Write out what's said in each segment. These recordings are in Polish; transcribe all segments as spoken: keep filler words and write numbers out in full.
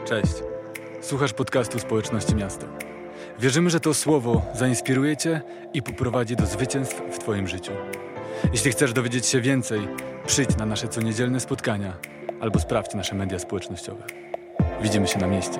Cześć. Słuchasz podcastu Społeczności Miasta. Wierzymy, że to słowo zainspiruje Cię i poprowadzi do zwycięstw w Twoim życiu. Jeśli chcesz dowiedzieć się więcej, przyjdź na nasze coniedzielne spotkania albo sprawdź nasze media społecznościowe. Widzimy się na mieście.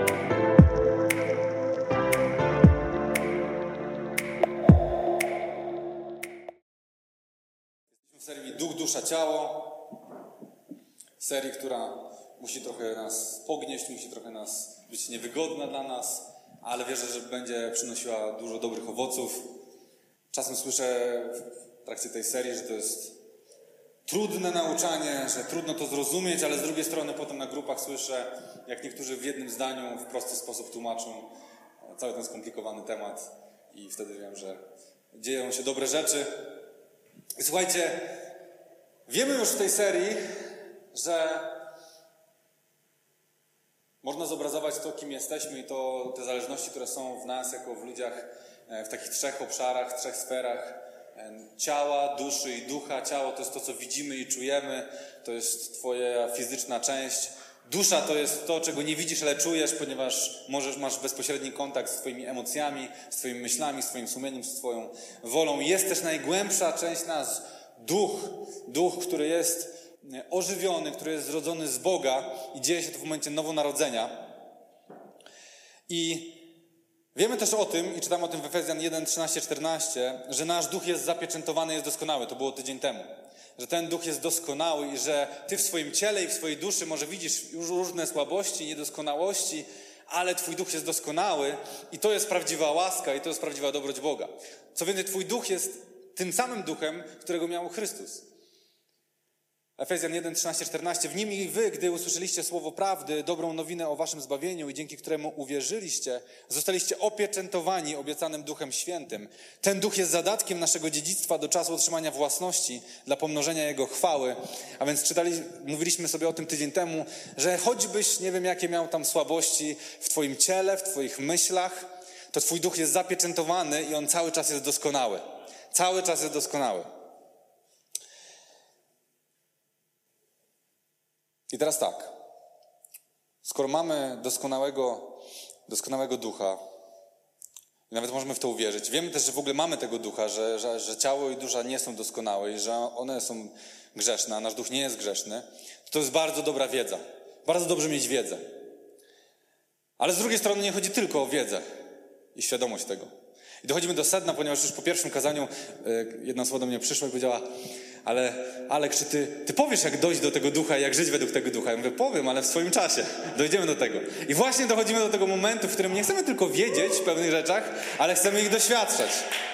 W serii Duch, Dusza, Ciało. Serii, która musi trochę nas pognieść, musi trochę nas być niewygodna dla nas, ale wierzę, że będzie przynosiła dużo dobrych owoców. Czasem słyszę w trakcie tej serii, że to jest trudne nauczanie, że trudno to zrozumieć, ale z drugiej strony potem na grupach słyszę, jak niektórzy w jednym zdaniu w prosty sposób tłumaczą cały ten skomplikowany temat i wtedy wiem, że dzieją się dobre rzeczy. I słuchajcie, wiemy już w tej serii, że można zobrazować to, kim jesteśmy i to te zależności, które są w nas jako w ludziach w takich trzech obszarach, trzech sferach ciała, duszy i ducha. Ciało to jest to, co widzimy i czujemy, to jest twoja fizyczna część. Dusza to jest to, czego nie widzisz, ale czujesz, ponieważ możesz, masz bezpośredni kontakt z twoimi emocjami, z twoimi myślami, z twoim sumieniem, z twoją wolą. Jest też najgłębsza część nas, duch. Duch, który jest ożywiony, który jest zrodzony z Boga i dzieje się to w momencie nowonarodzenia. I wiemy też o tym, i czytamy o tym w Efezjan jeden, trzynaście, czternaście, że nasz duch jest zapieczętowany, jest doskonały. To było tydzień temu. Że ten duch jest doskonały i że ty w swoim ciele i w swojej duszy może widzisz już różne słabości, niedoskonałości, ale twój duch jest doskonały i to jest prawdziwa łaska i to jest prawdziwa dobroć Boga. Co więcej, twój duch jest tym samym duchem, którego miał Chrystus. Efezjan jeden, trzynaście, czternaście. W nim i wy, gdy usłyszeliście słowo prawdy, dobrą nowinę o waszym zbawieniu i dzięki któremu uwierzyliście, zostaliście opieczętowani obiecanym Duchem Świętym. Ten duch jest zadatkiem naszego dziedzictwa do czasu otrzymania własności dla pomnożenia Jego chwały. A więc czytali, mówiliśmy sobie o tym tydzień temu, że choćbyś nie wiem jakie miał tam słabości w twoim ciele, w twoich myślach, to twój duch jest zapieczętowany i on cały czas jest doskonały. Cały czas jest doskonały. I teraz tak, skoro mamy doskonałego, doskonałego ducha, i nawet możemy w to uwierzyć, wiemy też, że w ogóle mamy tego ducha, że, że, że ciało i dusza nie są doskonałe i że one są grzeszne, a nasz duch nie jest grzeszny, to, to jest bardzo dobra wiedza. Bardzo dobrze mieć wiedzę. Ale z drugiej strony nie chodzi tylko o wiedzę i świadomość tego. I dochodzimy do sedna, ponieważ już po pierwszym kazaniu jedna osoba do mnie przyszła i powiedziała: ale Alek, czy ty, ty powiesz, jak dojść do tego ducha i jak żyć według tego ducha? Ja mówię, powiem, ale w swoim czasie. Dojdziemy do tego. I właśnie dochodzimy do tego momentu, w którym nie chcemy tylko wiedzieć w pewnych rzeczach, ale chcemy ich doświadczać.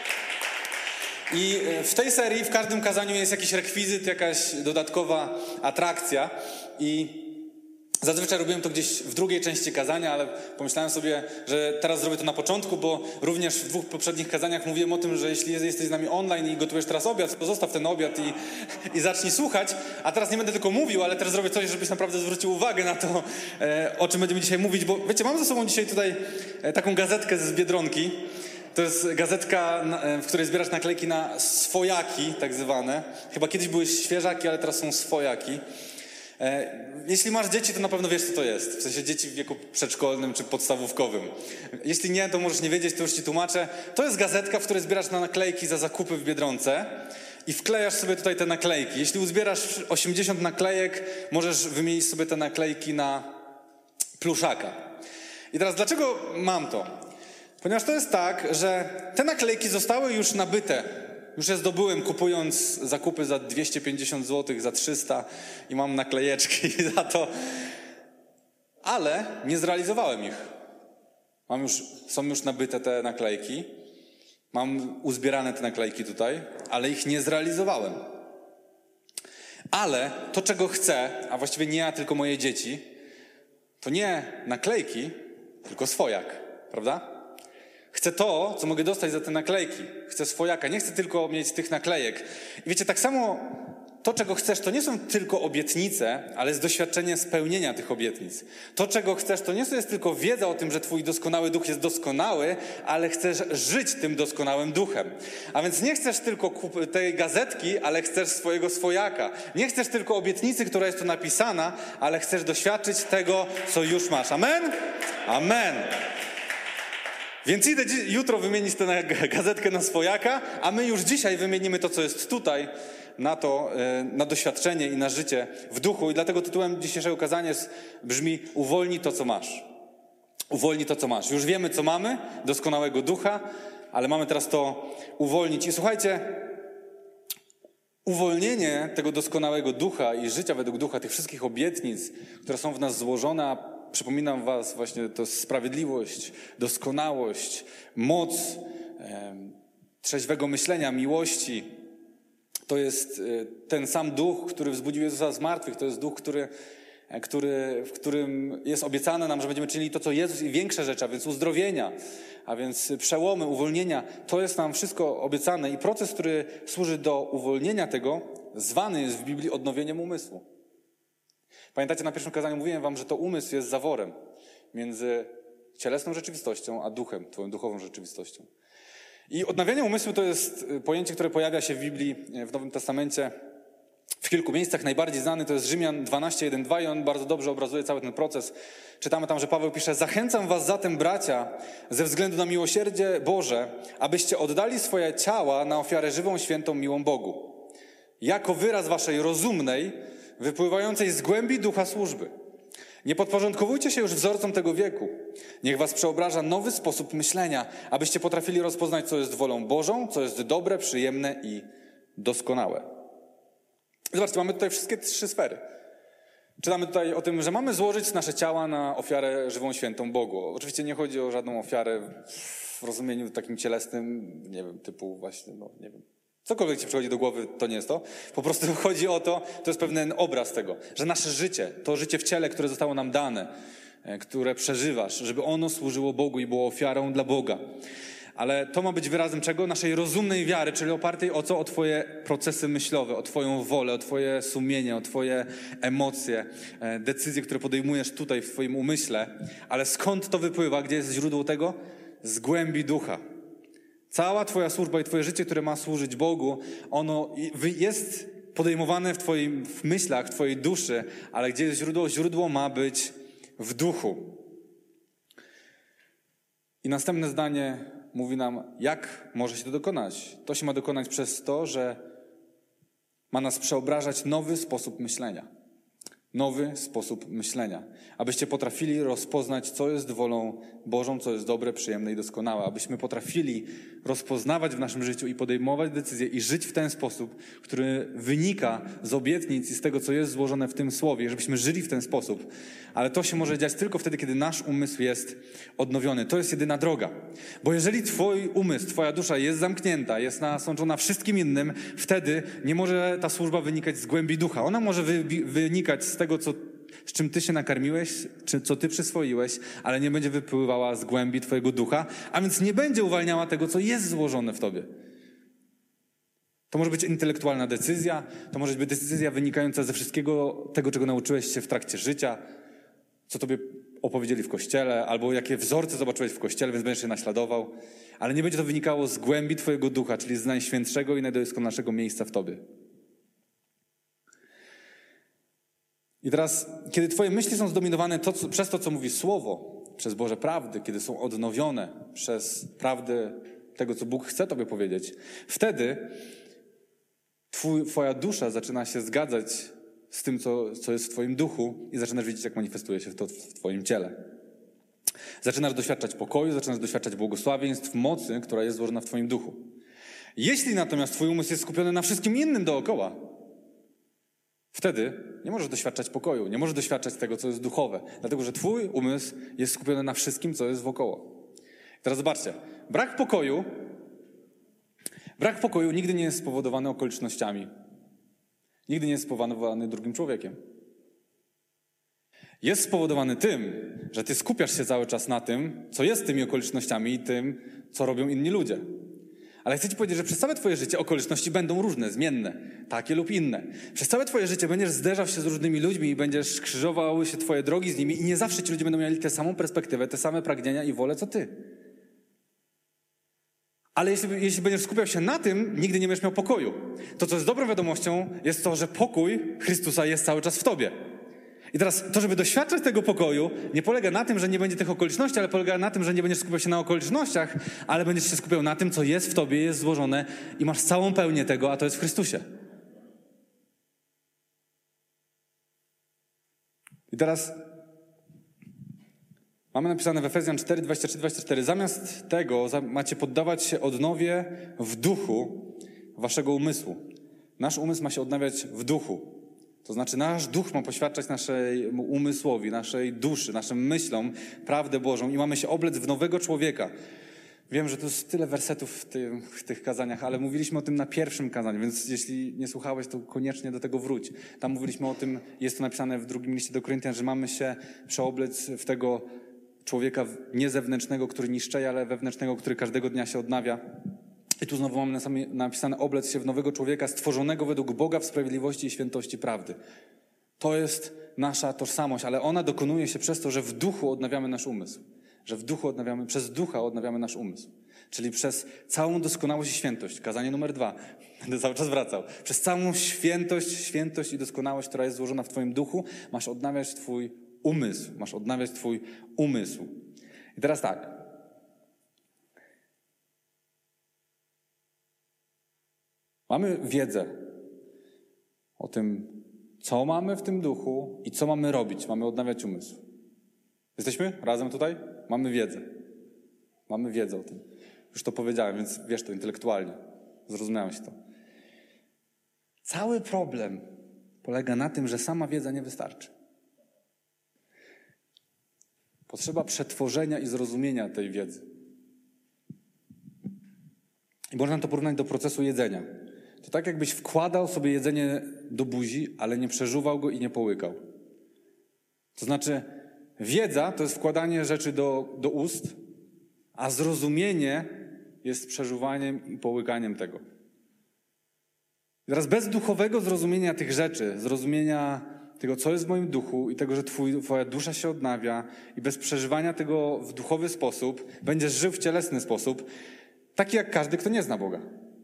I w tej serii, w każdym kazaniu jest jakiś rekwizyt, jakaś dodatkowa atrakcja i zazwyczaj robiłem to gdzieś w drugiej części kazania, ale pomyślałem sobie, że teraz zrobię to na początku, bo również w dwóch poprzednich kazaniach mówiłem o tym, że jeśli jesteś z nami online i gotujesz teraz obiad, to zostaw ten obiad i, i zacznij słuchać. A teraz nie będę tylko mówił, ale teraz zrobię coś, żebyś naprawdę zwrócił uwagę na to, e, o czym będziemy dzisiaj mówić. Bo wiecie, mam ze sobą dzisiaj tutaj e, taką gazetkę z Biedronki. To jest gazetka, w której zbierasz naklejki na swojaki, tak zwane. Chyba kiedyś były świeżaki, ale teraz są swojaki. Jeśli masz dzieci, to na pewno wiesz, co to jest. W sensie dzieci w wieku przedszkolnym czy podstawówkowym. Jeśli nie, to możesz nie wiedzieć, to już ci tłumaczę. To jest gazetka, w której zbierasz na naklejki za zakupy w Biedronce i wklejasz sobie tutaj te naklejki. Jeśli uzbierasz osiemdziesiąt naklejek, możesz wymienić sobie te naklejki na pluszaka. I teraz dlaczego mam to? Ponieważ to jest tak, że te naklejki zostały już nabyte. Już je zdobyłem, kupując zakupy za dwieście pięćdziesiąt złotych, za trzysta i mam naklejeczki za to. Ale nie zrealizowałem ich. Mam już, są już nabyte te naklejki. Mam uzbierane te naklejki tutaj, ale ich nie zrealizowałem. Ale to, czego chcę, a właściwie nie ja, tylko moje dzieci, to nie naklejki, tylko swojak. Prawda? Chcę to, co mogę dostać za te naklejki. Chcę swojaka. Nie chcę tylko mieć tych naklejek. I wiecie, tak samo to, czego chcesz, to nie są tylko obietnice, ale jest doświadczenie spełnienia tych obietnic. To, czego chcesz, to nie jest tylko wiedza o tym, że twój doskonały duch jest doskonały, ale chcesz żyć tym doskonałym duchem. A więc nie chcesz tylko tej gazetki, ale chcesz swojego swojaka. Nie chcesz tylko obietnicy, która jest tu napisana, ale chcesz doświadczyć tego, co już masz. Amen? Amen. Więc idę jutro wymienić tę gazetkę na swojaka, a my już dzisiaj wymienimy to, co jest tutaj, na to, na doświadczenie i na życie w duchu. I dlatego tytułem dzisiejszego kazania jest, brzmi: uwolnij to, co masz. Uwolnij to, co masz. Już wiemy, co mamy, doskonałego ducha, ale mamy teraz to uwolnić. I słuchajcie, uwolnienie tego doskonałego ducha i życia według ducha, tych wszystkich obietnic, które są w nas złożone, a przypominam was, właśnie to sprawiedliwość, doskonałość, moc, e, trzeźwego myślenia, miłości. To jest ten sam duch, który wzbudził Jezusa z martwych. To jest duch, który, który, w którym jest obiecane nam, że będziemy czynili to, co Jezus, i większe rzeczy, a więc uzdrowienia, a więc przełomy, uwolnienia. To jest nam wszystko obiecane i proces, który służy do uwolnienia tego, zwany jest w Biblii odnowieniem umysłu. Pamiętacie, na pierwszym kazaniu mówiłem wam, że to umysł jest zaworem między cielesną rzeczywistością a duchem, twoją duchową rzeczywistością. I odnawianie umysłu to jest pojęcie, które pojawia się w Biblii, w Nowym Testamencie w kilku miejscach. Najbardziej znany to jest Rzymian dwanaście, jeden, dwa i on bardzo dobrze obrazuje cały ten proces. Czytamy tam, że Paweł pisze: zachęcam was zatem, bracia, ze względu na miłosierdzie Boże, abyście oddali swoje ciała na ofiarę żywą, świętą, miłą Bogu, jako wyraz waszej rozumnej, wypływającej z głębi ducha służby. Nie podporządkowujcie się już wzorcom tego wieku. Niech was przeobraża nowy sposób myślenia, abyście potrafili rozpoznać, co jest wolą Bożą, co jest dobre, przyjemne i doskonałe. Zobaczcie, mamy tutaj wszystkie trzy sfery. Czytamy tutaj o tym, że mamy złożyć nasze ciała na ofiarę żywą, świętą Bogu. Oczywiście nie chodzi o żadną ofiarę w rozumieniu takim cielesnym, nie wiem, typu właśnie, no nie wiem, cokolwiek ci przychodzi do głowy, to nie jest to. Po prostu chodzi o to, to jest pewien obraz tego, że nasze życie, to życie w ciele, które zostało nam dane, które przeżywasz, żeby ono służyło Bogu i było ofiarą dla Boga. Ale to ma być wyrazem czego? Naszej rozumnej wiary, czyli opartej o co? O twoje procesy myślowe, o twoją wolę, o twoje sumienie, o twoje emocje, decyzje, które podejmujesz tutaj w twoim umyśle. Ale skąd to wypływa? Gdzie jest źródło tego? Z głębi ducha. Cała twoja służba i twoje życie, które ma służyć Bogu, ono jest podejmowane w twoim w myślach, w twojej duszy, ale gdzie jest źródło? Źródło ma być w duchu. I następne zdanie mówi nam, jak może się to dokonać. To się ma dokonać przez to, że ma nas przeobrażać nowy sposób myślenia. Nowy sposób myślenia. Abyście potrafili rozpoznać, co jest wolą Bożą, co jest dobre, przyjemne i doskonałe. Abyśmy potrafili rozpoznawać w naszym życiu i podejmować decyzje i żyć w ten sposób, który wynika z obietnic i z tego, co jest złożone w tym słowie. Żebyśmy żyli w ten sposób. Ale to się może dziać tylko wtedy, kiedy nasz umysł jest odnowiony. To jest jedyna droga. Bo jeżeli twój umysł, twoja dusza jest zamknięta, jest nasączona wszystkim innym, wtedy nie może ta służba wynikać z głębi ducha. Ona może wy, wynikać z tego, co, z czym ty się nakarmiłeś, czy, co ty przyswoiłeś, ale nie będzie wypływała z głębi twojego ducha, a więc nie będzie uwalniała tego, co jest złożone w tobie. To może być intelektualna decyzja, to może być decyzja wynikająca ze wszystkiego tego, czego nauczyłeś się w trakcie życia, co tobie opowiedzieli w kościele, albo jakie wzorce zobaczyłeś w kościele, więc będziesz je naśladował, ale nie będzie to wynikało z głębi twojego ducha, czyli z najświętszego i najdoskonalszego miejsca w tobie. I teraz, kiedy twoje myśli są zdominowane to, co, przez to, co mówi Słowo, przez Boże prawdy, kiedy są odnowione przez prawdę tego, co Bóg chce tobie powiedzieć, wtedy twój, twoja dusza zaczyna się zgadzać z tym, co, co jest w twoim duchu i zaczynasz widzieć, jak manifestuje się to w twoim ciele. Zaczynasz doświadczać pokoju, zaczynasz doświadczać błogosławieństw, mocy, która jest złożona w twoim duchu. Jeśli natomiast twój umysł jest skupiony na wszystkim innym dookoła, wtedy nie możesz doświadczać pokoju, nie możesz doświadczać tego, co jest duchowe, dlatego że twój umysł jest skupiony na wszystkim, co jest wokoło. Teraz zobaczcie, brak pokoju, brak pokoju nigdy nie jest spowodowany okolicznościami. Nigdy nie jest spowodowany drugim człowiekiem. Jest spowodowany tym, że ty skupiasz się cały czas na tym, co jest tymi okolicznościami i tym, co robią inni ludzie. Ale chcę ci powiedzieć, że przez całe twoje życie okoliczności będą różne, zmienne, takie lub inne. Przez całe twoje życie będziesz zderzał się z różnymi ludźmi i będziesz krzyżowały się twoje drogi z nimi i nie zawsze ci ludzie będą mieli tę samą perspektywę, te same pragnienia i wolę, co ty. Ale jeśli, jeśli będziesz skupiał się na tym, nigdy nie będziesz miał pokoju. To, co jest dobrą wiadomością, jest to, że pokój Chrystusa jest cały czas w tobie. I teraz to, żeby doświadczać tego pokoju, nie polega na tym, że nie będzie tych okoliczności, ale polega na tym, że nie będziesz skupiał się na okolicznościach, ale będziesz się skupiał na tym, co jest w tobie, jest złożone i masz całą pełnię tego, a to jest w Chrystusie. I teraz mamy napisane w Efezjan cztery, dwadzieścia trzy, dwadzieścia cztery. Zamiast tego macie poddawać się odnowie w duchu waszego umysłu. Nasz umysł ma się odnawiać w duchu. To znaczy nasz duch ma poświadczać naszej umysłowi, naszej duszy, naszym myślom prawdę Bożą i mamy się oblec w nowego człowieka. Wiem, że to jest tyle wersetów w, tym, w tych kazaniach, ale mówiliśmy o tym na pierwszym kazaniu, więc jeśli nie słuchałeś, to koniecznie do tego wróć. Tam mówiliśmy o tym, jest to napisane w drugim liście do Koryntian, że mamy się przeoblec w tego człowieka nie zewnętrznego, który niszczeje, ale wewnętrznego, który każdego dnia się odnawia. I tu znowu mamy napisane oblec się w nowego człowieka stworzonego według Boga w sprawiedliwości i świętości prawdy. To jest nasza tożsamość, ale ona dokonuje się przez to, że w duchu odnawiamy nasz umysł. Że w duchu odnawiamy, przez ducha odnawiamy nasz umysł. Czyli przez całą doskonałość i świętość. Kazanie numer dwa. Będę cały czas wracał. Przez całą świętość, świętość i doskonałość, która jest złożona w twoim duchu, masz odnawiać twój umysł. Masz odnawiać twój umysł. I teraz tak. Mamy wiedzę o tym, co mamy w tym duchu i co mamy robić. Mamy odnawiać umysł. Jesteśmy razem tutaj? Mamy wiedzę. Mamy wiedzę o tym. Już to powiedziałem, więc wiesz to intelektualnie. Zrozumiałeś to. Cały problem polega na tym, że sama wiedza nie wystarczy. Potrzeba przetworzenia i zrozumienia tej wiedzy. I można to porównać do procesu jedzenia. To tak jakbyś wkładał sobie jedzenie do buzi, ale nie przeżuwał go i nie połykał. To znaczy wiedza to jest wkładanie rzeczy do, do ust, a zrozumienie jest przeżuwaniem i połykaniem tego. I teraz bez duchowego zrozumienia tych rzeczy, zrozumienia tego, co jest w moim duchu i tego, że twój, twoja dusza się odnawia i bez przeżywania tego w duchowy sposób, będziesz żył w cielesny sposób, taki jak każdy, kto nie zna Boga.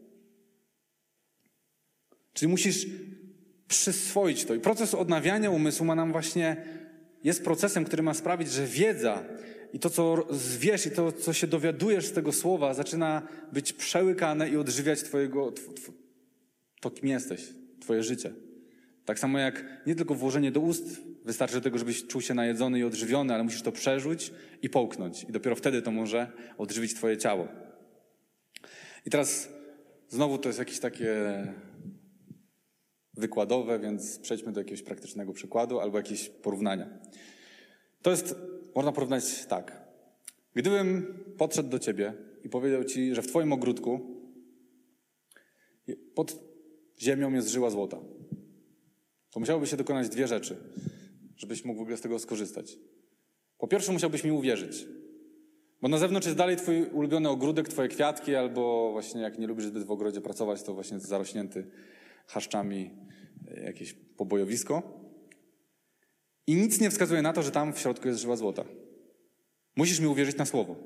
Czyli musisz przyswoić to. I proces odnawiania umysłu ma nam właśnie, jest procesem, który ma sprawić, że wiedza i to, co wiesz i to, co się dowiadujesz z tego słowa, zaczyna być przełykane i odżywiać twojego, tw, tw, to, kim jesteś, twoje życie. Tak samo jak nie tylko włożenie do ust wystarczy do tego, żebyś czuł się najedzony i odżywiony, ale musisz to przeżuć i połknąć. I dopiero wtedy to może odżywić twoje ciało. I teraz znowu to jest jakieś takie wykładowe, więc przejdźmy do jakiegoś praktycznego przykładu albo jakieś porównania. To jest, można porównać tak. Gdybym podszedł do ciebie i powiedział ci, że w twoim ogródku pod ziemią jest żyła złota, to musiałoby się dokonać dwie rzeczy, żebyś mógł w ogóle z tego skorzystać. Po pierwsze musiałbyś mi uwierzyć, bo na zewnątrz jest dalej twój ulubiony ogródek, twoje kwiatki, albo właśnie jak nie lubisz zbyt w ogrodzie pracować, to właśnie zarośnięty chaszczami jakieś pobojowisko. I nic nie wskazuje na to, że tam w środku jest żyła złota. Musisz mi uwierzyć na słowo.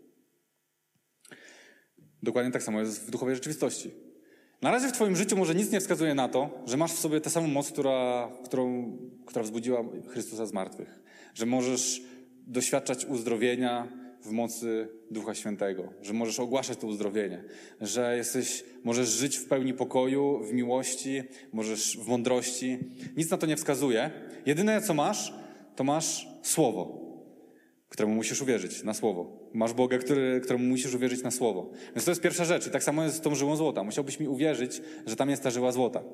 Dokładnie tak samo jest w duchowej rzeczywistości. Na razie w twoim życiu może nic nie wskazuje na to, że masz w sobie tę samą moc, która, którą, która wzbudziła Chrystusa z martwych. Że możesz doświadczać uzdrowienia w mocy Ducha Świętego. Że możesz ogłaszać to uzdrowienie. Że jesteś, możesz żyć w pełni pokoju, w miłości, możesz w mądrości. Nic na to nie wskazuje. Jedyne, co masz, to masz słowo, któremu musisz uwierzyć, na słowo. Masz Boga, który, któremu musisz uwierzyć na słowo. Więc to jest pierwsza rzecz. I tak samo jest z tą żyłą złota. Musiałbyś mi uwierzyć, że tam jest ta żyła złota.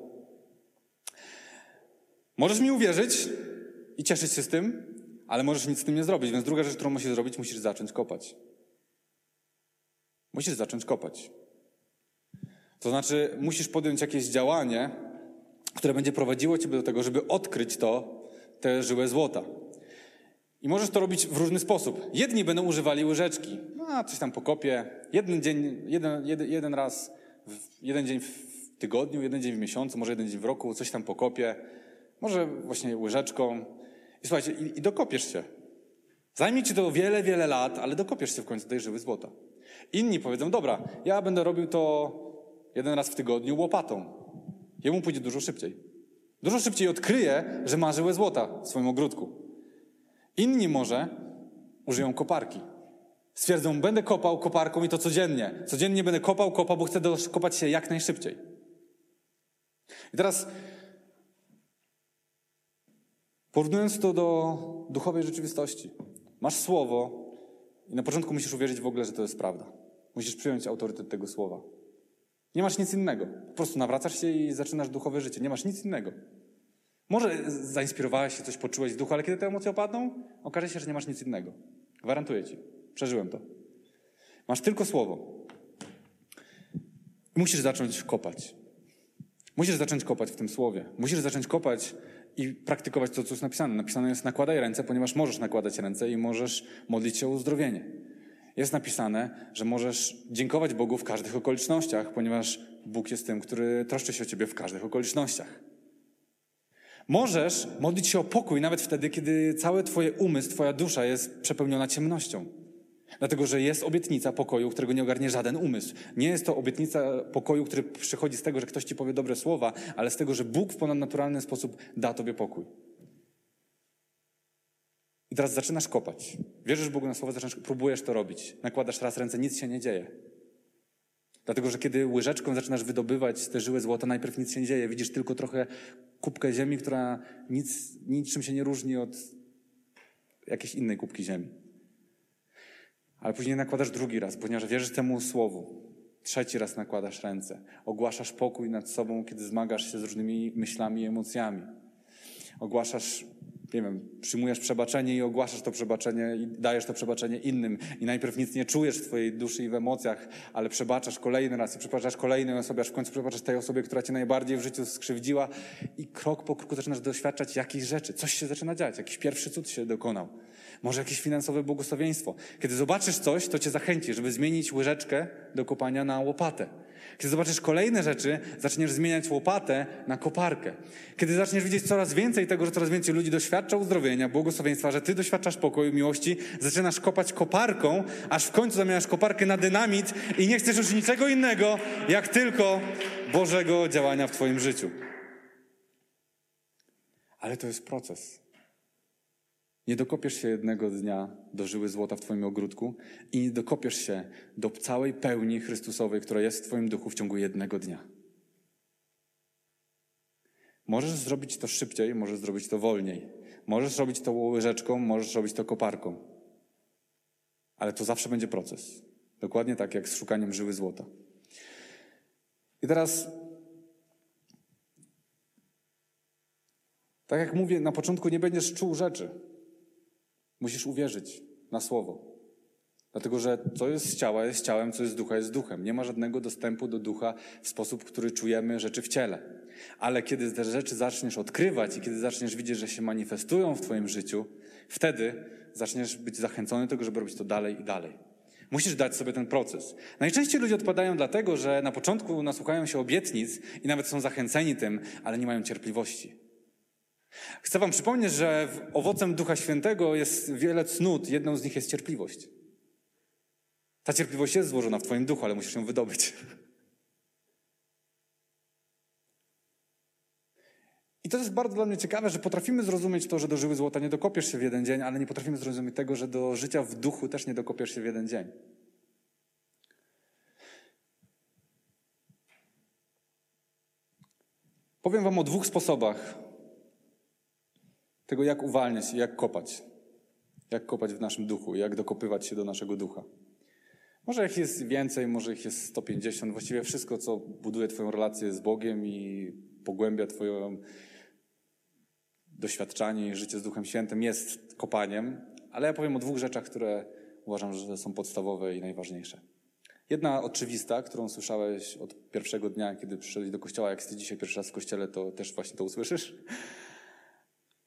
Możesz mi uwierzyć i cieszyć się z tym, ale możesz nic z tym nie zrobić. Więc druga rzecz, którą musisz zrobić, musisz zacząć kopać. Musisz zacząć kopać. To znaczy, musisz podjąć jakieś działanie, które będzie prowadziło ciebie do tego, żeby odkryć to, te żyłę złota. I możesz to robić w różny sposób. Jedni będą używali łyżeczki. No, a coś tam pokopię. Jeden dzień, jeden, jeden, jeden raz, w, jeden dzień w tygodniu, jeden dzień w miesiącu, może jeden dzień w roku, coś tam pokopię. Może właśnie łyżeczką. I słuchajcie, i, i dokopiesz się. Zajmie ci to wiele, wiele lat, ale dokopiesz się w końcu tej żyły złota. Inni powiedzą, dobra, ja będę robił to jeden raz w tygodniu łopatą. Jemu pójdzie dużo szybciej. Dużo szybciej odkryje, że ma żyłę złota w swoim ogródku. Inni może użyją koparki. Stwierdzą, będę kopał koparką i to codziennie. Codziennie będę kopał, kopał, bo chcę dokopać się jak najszybciej. I teraz porównując to do duchowej rzeczywistości. Masz słowo i na początku musisz uwierzyć w ogóle, że to jest prawda. Musisz przyjąć autorytet tego słowa. Nie masz nic innego. Po prostu nawracasz się i zaczynasz duchowe życie. Nie masz nic innego. Może zainspirowałeś się, coś poczułeś w duchu, ale kiedy te emocje opadną, okaże się, że nie masz nic innego. Gwarantuję ci. Przeżyłem to. Masz tylko słowo. Musisz zacząć kopać. Musisz zacząć kopać w tym słowie. Musisz zacząć kopać i praktykować to, co jest napisane. Napisane jest nakładaj ręce, ponieważ możesz nakładać ręce i możesz modlić się o uzdrowienie. Jest napisane, że możesz dziękować Bogu w każdych okolicznościach, ponieważ Bóg jest tym, który troszczy się o ciebie w każdych okolicznościach. Możesz modlić się o pokój nawet wtedy, kiedy cały twój umysł, twoja dusza jest przepełniona ciemnością. Dlatego, że jest obietnica pokoju, którego nie ogarnie żaden umysł. Nie jest to obietnica pokoju, który przychodzi z tego, że ktoś ci powie dobre słowa, ale z tego, że Bóg w ponadnaturalny sposób da tobie pokój. I teraz zaczynasz kopać. Wierzysz Bogu na słowo, zaczynasz, próbujesz to robić. Nakładasz raz ręce, nic się nie dzieje. Dlatego, że kiedy łyżeczką zaczynasz wydobywać te żyły złota, najpierw nic się nie dzieje. Widzisz tylko trochę kubkę ziemi, która nic, niczym się nie różni od jakiejś innej kubki ziemi. Ale później nakładasz drugi raz, ponieważ wierzysz temu słowu. Trzeci raz nakładasz ręce. Ogłaszasz pokój nad sobą, kiedy zmagasz się z różnymi myślami i emocjami. Ogłaszasz, nie wiem, przyjmujesz przebaczenie i ogłaszasz to przebaczenie i dajesz to przebaczenie innym. I najpierw nic nie czujesz w twojej duszy i w emocjach, ale przebaczasz kolejny raz i przebaczasz kolejnej osobie, aż w końcu przebaczasz tej osobie, która cię najbardziej w życiu skrzywdziła i krok po kroku zaczynasz doświadczać jakichś rzeczy. Coś się zaczyna dziać, jakiś pierwszy cud się dokonał. Może jakieś finansowe błogosławieństwo. Kiedy zobaczysz coś, to cię zachęci, żeby zmienić łyżeczkę do kopania na łopatę. Kiedy zobaczysz kolejne rzeczy, zaczniesz zmieniać łopatę na koparkę. Kiedy zaczniesz widzieć coraz więcej tego, że coraz więcej ludzi doświadcza uzdrowienia, błogosławieństwa, że ty doświadczasz pokoju, miłości, zaczynasz kopać koparką, aż w końcu zamieniasz koparkę na dynamit i nie chcesz już niczego innego, jak tylko Bożego działania w twoim życiu. Ale to jest proces. Nie dokopiesz się jednego dnia do żyły złota w twoim ogródku i nie dokopiesz się do całej pełni Chrystusowej, która jest w twoim duchu w ciągu jednego dnia. Możesz zrobić to szybciej, możesz zrobić to wolniej. Możesz robić to łyżeczką, możesz robić to koparką. Ale to zawsze będzie proces. Dokładnie tak jak z szukaniem żyły złota. I teraz, tak jak mówię, na początku nie będziesz czuł rzeczy. Musisz uwierzyć na słowo. Dlatego, że co jest z ciała, jest ciałem, co jest z ducha, jest duchem. Nie ma żadnego dostępu do ducha w sposób, który czujemy rzeczy w ciele. Ale kiedy te rzeczy zaczniesz odkrywać i kiedy zaczniesz widzieć, że się manifestują w twoim życiu, wtedy zaczniesz być zachęcony do tego, żeby robić to dalej i dalej. Musisz dać sobie ten proces. Najczęściej ludzie odpadają dlatego, że na początku nasłuchają się obietnic i nawet są zachęceni tym, ale nie mają cierpliwości. Chcę wam przypomnieć, że owocem Ducha Świętego jest wiele cnót. Jedną z nich jest cierpliwość. Ta cierpliwość jest złożona w twoim duchu, ale musisz ją wydobyć. I to jest bardzo dla mnie ciekawe, że potrafimy zrozumieć to, że do żyły złota nie dokopiesz się w jeden dzień, ale nie potrafimy zrozumieć tego, że do życia w duchu też nie dokopiesz się w jeden dzień. Powiem wam o dwóch sposobach tego, jak uwalniać i jak kopać. Jak kopać w naszym duchu, jak dokopywać się do naszego ducha. Może ich jest więcej, może ich jest sto pięćdziesiąt. Właściwie wszystko, co buduje twoją relację z Bogiem i pogłębia twoje doświadczanie i życie z Duchem Świętym, jest kopaniem. Ale ja powiem o dwóch rzeczach, które uważam, że są podstawowe i najważniejsze. Jedna oczywista, którą słyszałeś od pierwszego dnia, kiedy przyszedłeś do kościoła. Jak jesteś dzisiaj pierwszy raz w kościele, to też właśnie to usłyszysz.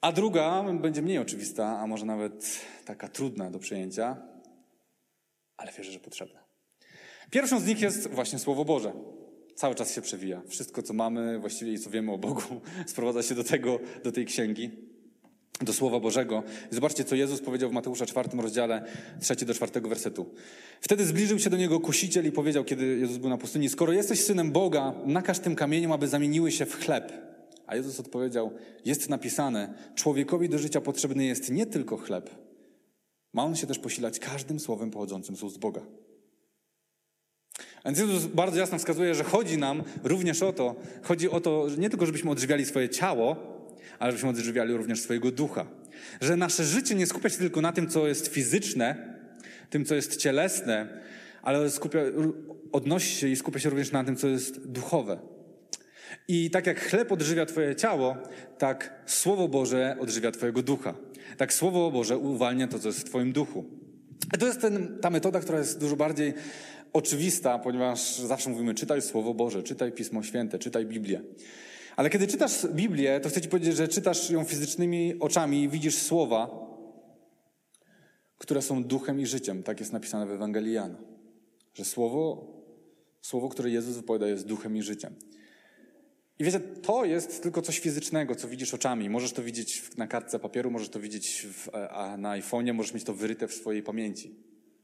A druga będzie mniej oczywista, a może nawet taka trudna do przyjęcia, ale wierzę, że potrzebna. Pierwszą z nich jest właśnie Słowo Boże. Cały czas się przewija. Wszystko, co mamy, właściwie i co wiemy o Bogu, sprowadza się do tego, do tej księgi, do Słowa Bożego. I zobaczcie, co Jezus powiedział w Mateusza czwartym rozdziale, trzeci do czwartego wersetu. Wtedy zbliżył się do niego kusiciel i powiedział, kiedy Jezus był na pustyni: skoro jesteś synem Boga, nakaż tym kamieniom, aby zamieniły się w chleb. A Jezus odpowiedział: jest napisane, człowiekowi do życia potrzebny jest nie tylko chleb. Ma on się też posilać każdym słowem pochodzącym z ust Boga. A więc Jezus bardzo jasno wskazuje, że chodzi nam również o to, chodzi o to, że nie tylko żebyśmy odżywiali swoje ciało, ale żebyśmy odżywiali również swojego ducha. Że nasze życie nie skupia się tylko na tym, co jest fizyczne, tym, co jest cielesne, ale skupia, odnosi się i skupia się również na tym, co jest duchowe. I tak jak chleb odżywia twoje ciało, tak Słowo Boże odżywia twojego ducha. Tak Słowo Boże uwalnia to, co jest w twoim duchu. I to jest ten, ta metoda, która jest dużo bardziej oczywista, ponieważ zawsze mówimy: czytaj Słowo Boże, czytaj Pismo Święte, czytaj Biblię. Ale kiedy czytasz Biblię, to chcę ci powiedzieć, że czytasz ją fizycznymi oczami i widzisz słowa, które są duchem i życiem. Tak jest napisane w Ewangelii Jana. Że słowo, słowo, które Jezus wypowiada, jest duchem i życiem. I wiecie, to jest tylko coś fizycznego, co widzisz oczami. Możesz to widzieć na kartce papieru, możesz to widzieć w, a na iPhone'ie, możesz mieć to wyryte w swojej pamięci.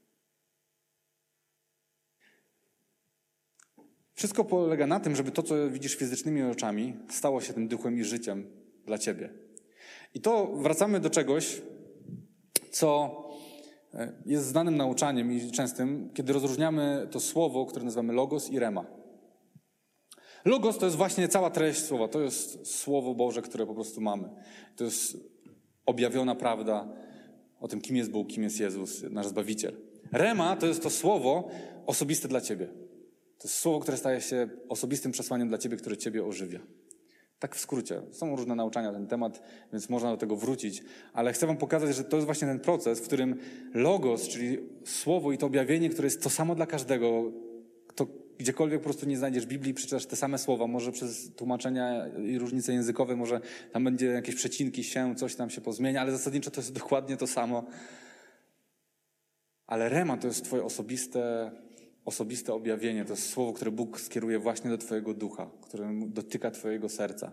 Wszystko polega na tym, żeby to, co widzisz fizycznymi oczami, stało się tym duchem i życiem dla ciebie. I to wracamy do czegoś, co jest znanym nauczaniem i częstym, kiedy rozróżniamy to słowo, które nazywamy logos i rema. Logos to jest właśnie cała treść słowa. To jest Słowo Boże, które po prostu mamy. To jest objawiona prawda o tym, kim jest Bóg, kim jest Jezus, nasz Zbawiciel. Rema to jest to słowo osobiste dla ciebie. To jest słowo, które staje się osobistym przesłaniem dla ciebie, które ciebie ożywia. Tak w skrócie. Są różne nauczania na ten temat, więc można do tego wrócić. Ale chcę wam pokazać, że to jest właśnie ten proces, w którym logos, czyli słowo i to objawienie, które jest to samo dla każdego, to gdziekolwiek po prostu nie znajdziesz Biblii, przeczytasz te same słowa, może przez tłumaczenia i różnice językowe, może tam będzie jakieś przecinki się, coś tam się pozmienia, ale zasadniczo to jest dokładnie to samo. Ale rema to jest twoje osobiste, osobiste objawienie, to jest słowo, które Bóg skieruje właśnie do twojego ducha, które dotyka twojego serca.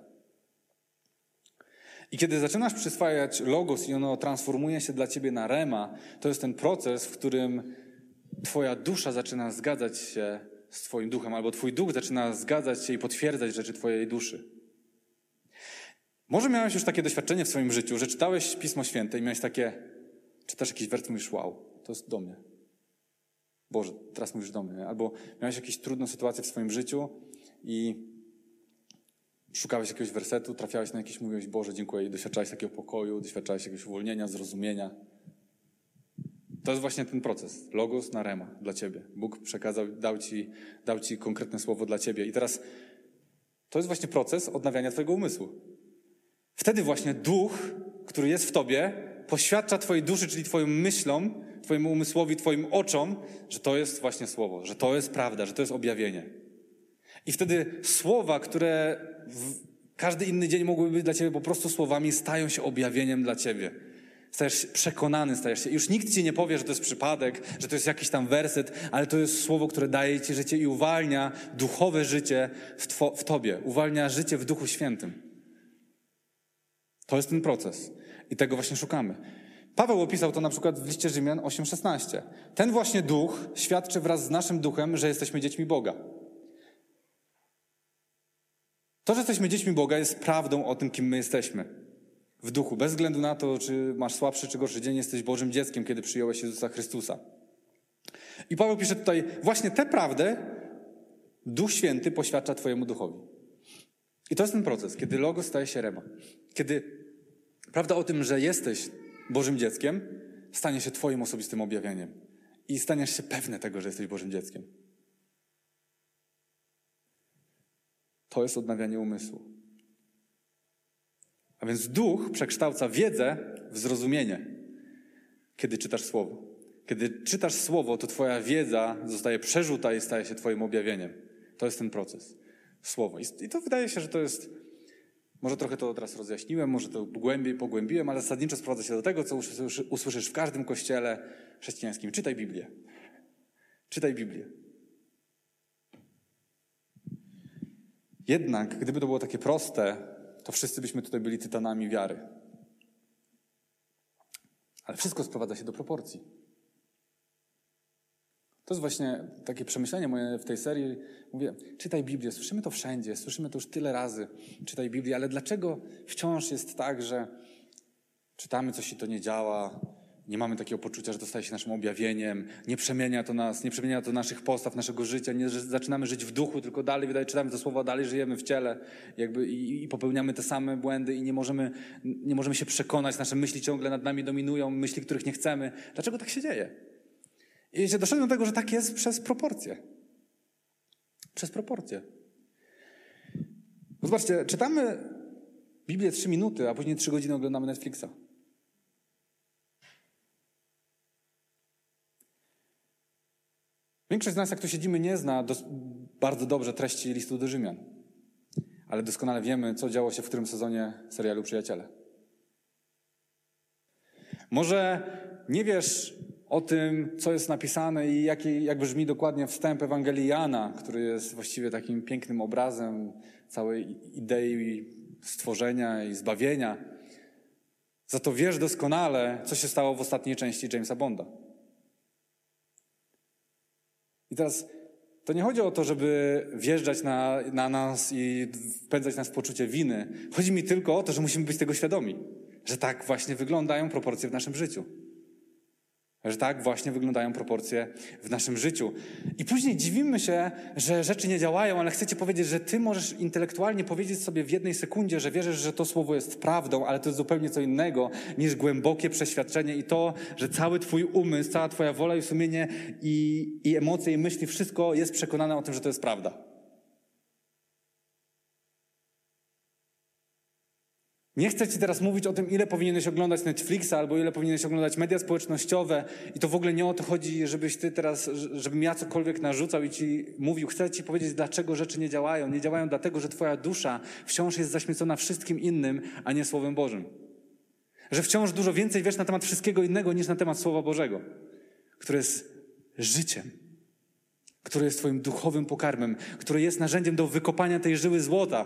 I kiedy zaczynasz przyswajać logos i ono transformuje się dla ciebie na rema, to jest ten proces, w którym twoja dusza zaczyna zgadzać się z twoim duchem, albo twój duch zaczyna zgadzać się i potwierdzać rzeczy twojej duszy. Może miałeś już takie doświadczenie w swoim życiu, że czytałeś Pismo Święte i miałeś takie, czytasz jakiś wers i mówisz: wow, to jest do mnie. Boże, teraz mówisz do mnie. Albo miałeś jakąś trudną sytuację w swoim życiu i szukałeś jakiegoś wersetu, trafiałeś na jakiś, mówiłeś: Boże, dziękuję, i doświadczałeś takiego pokoju, doświadczałeś jakiegoś uwolnienia, zrozumienia. To jest właśnie ten proces. Logos na rema dla ciebie. Bóg przekazał, dał ci, dał ci konkretne słowo dla ciebie. I teraz to jest właśnie proces odnawiania twojego umysłu. Wtedy właśnie duch, który jest w tobie, poświadcza twojej duszy, czyli twoją myślom, twojemu umysłowi, twoim oczom, że to jest właśnie słowo, że to jest prawda, że to jest objawienie. I wtedy słowa, które w każdy inny dzień mogłyby być dla ciebie po prostu słowami, stają się objawieniem dla ciebie. Stajesz się przekonany, stajesz się. Już nikt ci nie powie, że to jest przypadek, że to jest jakiś tam werset, ale to jest słowo, które daje ci życie i uwalnia duchowe życie w, two, w tobie. Uwalnia życie w Duchu Świętym. To jest ten proces. I tego właśnie szukamy. Paweł opisał to na przykład w liście Rzymian osiem szesnaście. Ten właśnie duch świadczy wraz z naszym duchem, że jesteśmy dziećmi Boga. To, że jesteśmy dziećmi Boga, jest prawdą o tym, kim my jesteśmy. W duchu, bez względu na to, czy masz słabszy czy gorszy dzień, jesteś Bożym dzieckiem, kiedy przyjąłeś Jezusa Chrystusa. I Paweł pisze tutaj: właśnie tę prawdę Duch Święty poświadcza twojemu duchowi. I to jest ten proces, kiedy logos staje się rema. Kiedy prawda o tym, że jesteś Bożym dzieckiem, stanie się twoim osobistym objawieniem. I staniesz się pewny tego, że jesteś Bożym dzieckiem. To jest odnawianie umysłu. A więc duch przekształca wiedzę w zrozumienie, kiedy czytasz słowo. Kiedy czytasz słowo, to twoja wiedza zostaje przerzuta i staje się twoim objawieniem. To jest ten proces. Słowo. I to wydaje się, że to jest Może trochę to teraz rozjaśniłem, może to głębiej pogłębiłem, ale zasadniczo sprowadza się do tego, co usłyszysz w każdym kościele chrześcijańskim. Czytaj Biblię. Czytaj Biblię. Jednak, gdyby to było takie proste, to wszyscy byśmy tutaj byli tytanami wiary. Ale wszystko sprowadza się do proporcji. To jest właśnie takie przemyślenie moje w tej serii. Mówię, czytaj Biblię, słyszymy to wszędzie, słyszymy to już tyle razy, czytaj Biblię, ale dlaczego wciąż jest tak, że czytamy coś i to nie działa, nie mamy takiego poczucia, że to staje się naszym objawieniem, nie przemienia to nas, nie przemienia to naszych postaw, naszego życia, nie zaczynamy żyć w duchu, tylko dalej wydaje, czytamy to słowo, dalej żyjemy w ciele jakby i, i popełniamy te same błędy i nie możemy, nie możemy się przekonać, nasze myśli ciągle nad nami dominują, myśli, których nie chcemy. Dlaczego tak się dzieje? I doszedłem do tego, że tak jest przez proporcje. Przez proporcje. Bo zobaczcie, czytamy Biblię trzy minuty, a później trzy godziny oglądamy Netflixa. Większość z nas, jak tu siedzimy, nie zna dos- bardzo dobrze treści listu do Rzymian. Ale doskonale wiemy, co działo się w którym sezonie serialu Przyjaciele. Może nie wiesz o tym, co jest napisane i jaki, jak brzmi dokładnie wstęp Ewangelii Jana, który jest właściwie takim pięknym obrazem całej idei stworzenia i zbawienia. Za to wiesz doskonale, co się stało w ostatniej części Jamesa Bonda. I teraz to nie chodzi o to, żeby wjeżdżać na, na nas i wpędzać nas w poczucie winy. Chodzi mi tylko o to, że musimy być tego świadomi, że tak właśnie wyglądają proporcje w naszym życiu. Że tak właśnie wyglądają proporcje w naszym życiu. I później dziwimy się, że rzeczy nie działają, ale chcę ci powiedzieć, że ty możesz intelektualnie powiedzieć sobie w jednej sekundzie, że wierzysz, że to słowo jest prawdą, ale to jest zupełnie co innego niż głębokie przeświadczenie i to, że cały twój umysł, cała twoja wola i sumienie i, i emocje i myśli, wszystko jest przekonane o tym, że to jest prawda. Nie chcę ci teraz mówić o tym, ile powinieneś oglądać Netflixa albo ile powinieneś oglądać media społecznościowe i to w ogóle nie o to chodzi, żebyś ty teraz, żebym ja cokolwiek narzucał i ci mówił. Chcę ci powiedzieć, dlaczego rzeczy nie działają. Nie działają dlatego, że twoja dusza wciąż jest zaśmiecona wszystkim innym, a nie Słowem Bożym. Że wciąż dużo więcej wiesz na temat wszystkiego innego niż na temat Słowa Bożego, które jest życiem, które jest twoim duchowym pokarmem, które jest narzędziem do wykopania tej żyły złota.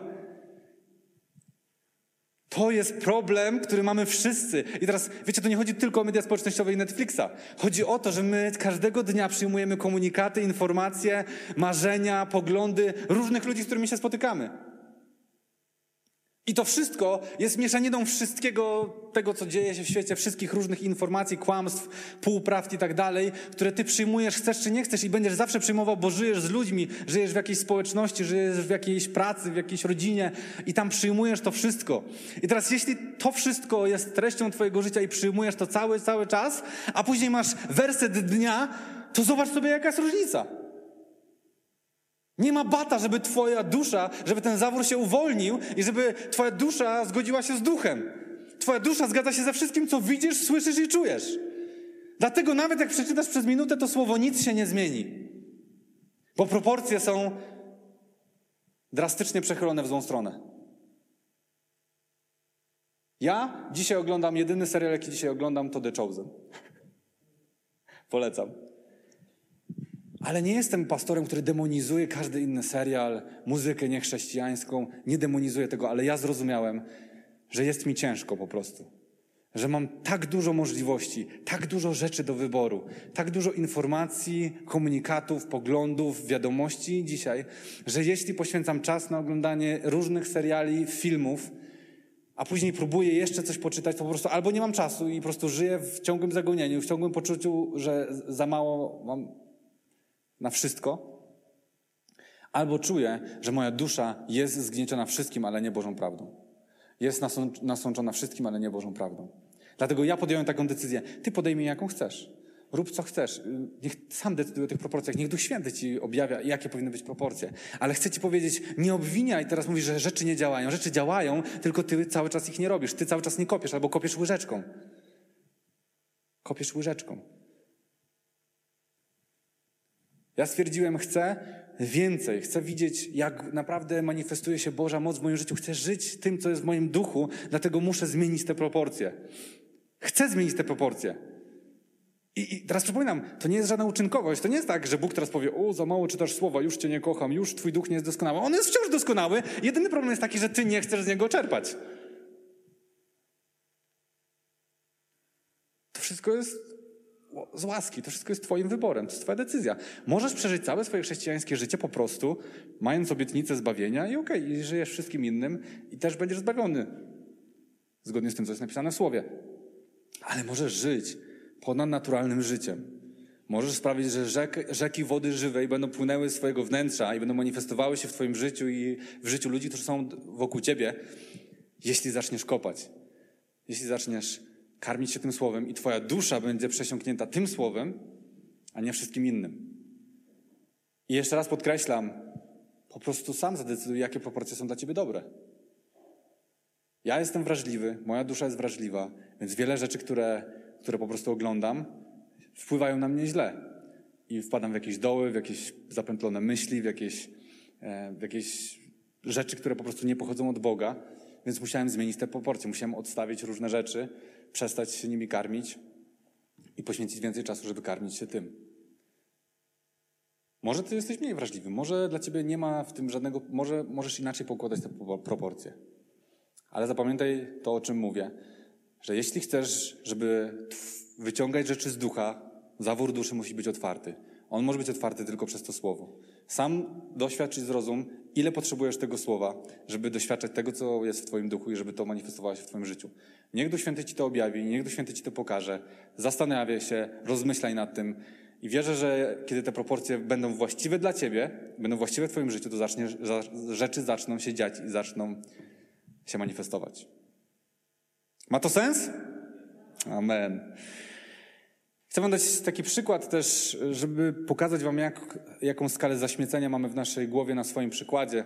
To jest problem, który mamy wszyscy. I teraz, wiecie, to nie chodzi tylko o media społecznościowe i Netflixa. Chodzi o to, że my każdego dnia przyjmujemy komunikaty, informacje, marzenia, poglądy różnych ludzi, z którymi się spotykamy. I to wszystko jest mieszaniną wszystkiego tego, co dzieje się w świecie, wszystkich różnych informacji, kłamstw, półprawd i tak dalej, które ty przyjmujesz, chcesz czy nie chcesz i będziesz zawsze przyjmował, bo żyjesz z ludźmi, żyjesz w jakiejś społeczności, żyjesz w jakiejś pracy, w jakiejś rodzinie i tam przyjmujesz to wszystko. I teraz jeśli to wszystko jest treścią twojego życia i przyjmujesz to cały, cały czas, a później masz werset dnia, to zobacz sobie, jaka jest różnica. Nie ma bata, żeby twoja dusza, żeby ten zawór się uwolnił i żeby twoja dusza zgodziła się z duchem. Twoja dusza zgadza się ze wszystkim, co widzisz, słyszysz i czujesz. Dlatego nawet jak przeczytasz przez minutę to słowo, nic się nie zmieni. Bo proporcje są drastycznie przechylone w złą stronę. Ja dzisiaj oglądam, jedyny serial, jaki dzisiaj oglądam, to The Chosen. Polecam. Ale nie jestem pastorem, który demonizuje każdy inny serial, muzykę niechrześcijańską. Nie demonizuję tego, ale ja zrozumiałem, że jest mi ciężko po prostu. Że mam tak dużo możliwości, tak dużo rzeczy do wyboru, tak dużo informacji, komunikatów, poglądów, wiadomości dzisiaj, że jeśli poświęcam czas na oglądanie różnych seriali, filmów, a później próbuję jeszcze coś poczytać, to po prostu albo nie mam czasu i po prostu żyję w ciągłym zagonieniu, w ciągłym poczuciu, że za mało mam na wszystko, albo czuję, że moja dusza jest zgnieciona wszystkim, ale nie Bożą prawdą. Jest nasączona wszystkim, ale nie Bożą prawdą. Dlatego ja podjąłem taką decyzję. Ty podejmij jaką chcesz. Rób co chcesz. Niech sam decyduje o tych proporcjach. Niech Duch Święty ci objawia, jakie powinny być proporcje. Ale chcę ci powiedzieć, nie obwiniaj. Teraz mówisz, że rzeczy nie działają. Rzeczy działają, tylko ty cały czas ich nie robisz. Ty cały czas nie kopiesz, albo kopiesz łyżeczką. Kopiesz łyżeczką. Ja stwierdziłem, chcę więcej, chcę widzieć, jak naprawdę manifestuje się Boża moc w moim życiu. Chcę żyć tym, co jest w moim duchu, dlatego muszę zmienić te proporcje. Chcę zmienić te proporcje. I, I teraz przypominam, to nie jest żadna uczynkowość. To nie jest tak, że Bóg teraz powie, o, za mało czytasz słowa, już cię nie kocham, już twój duch nie jest doskonały. On jest wciąż doskonały. Jedyny problem jest taki, że ty nie chcesz z niego czerpać. To wszystko jest z łaski, to wszystko jest twoim wyborem, to jest twoja decyzja. Możesz przeżyć całe swoje chrześcijańskie życie po prostu, mając obietnicę zbawienia i okej, okay, i żyjesz wszystkim innym i też będziesz zbawiony. Zgodnie z tym, co jest napisane w Słowie. Ale możesz żyć ponadnaturalnym życiem. Możesz sprawić, że rzek, rzeki wody żywej będą płynęły z twojego wnętrza i będą manifestowały się w twoim życiu i w życiu ludzi, którzy są wokół ciebie, jeśli zaczniesz kopać. Jeśli zaczniesz karmić się tym słowem i twoja dusza będzie przesiąknięta tym słowem, a nie wszystkim innym. I jeszcze raz podkreślam, po prostu sam zadecyduj, jakie proporcje są dla ciebie dobre. Ja jestem wrażliwy, moja dusza jest wrażliwa, więc wiele rzeczy, które, które po prostu oglądam, wpływają na mnie źle. I wpadam w jakieś doły, w jakieś zapętlone myśli, w jakieś, e, w jakieś rzeczy, które po prostu nie pochodzą od Boga, więc musiałem zmienić te proporcje, musiałem odstawić różne rzeczy, przestać się nimi karmić i poświęcić więcej czasu, żeby karmić się tym. Może ty jesteś mniej wrażliwy, może dla ciebie nie ma w tym żadnego, może możesz inaczej pokładać te proporcje. Ale zapamiętaj to, o czym mówię, że jeśli chcesz, żeby wyciągać rzeczy z ducha, zawór duszy musi być otwarty. On może być otwarty tylko przez to słowo. Sam doświadcz i zrozum, ile potrzebujesz tego słowa, żeby doświadczać tego, co jest w twoim duchu i żeby to manifestowało się w twoim życiu. Niech Duch Święty ci to objawi, niech Duch Święty ci to pokaże. Zastanawiaj się, rozmyślaj nad tym i wierzę, że kiedy te proporcje będą właściwe dla ciebie, będą właściwe w twoim życiu, to zaczniesz, rzeczy zaczną się dziać i zaczną się manifestować. Ma to sens? Amen. Chcę wam dać taki przykład też, żeby pokazać wam, jak, jaką skalę zaśmiecenia mamy w naszej głowie na swoim przykładzie.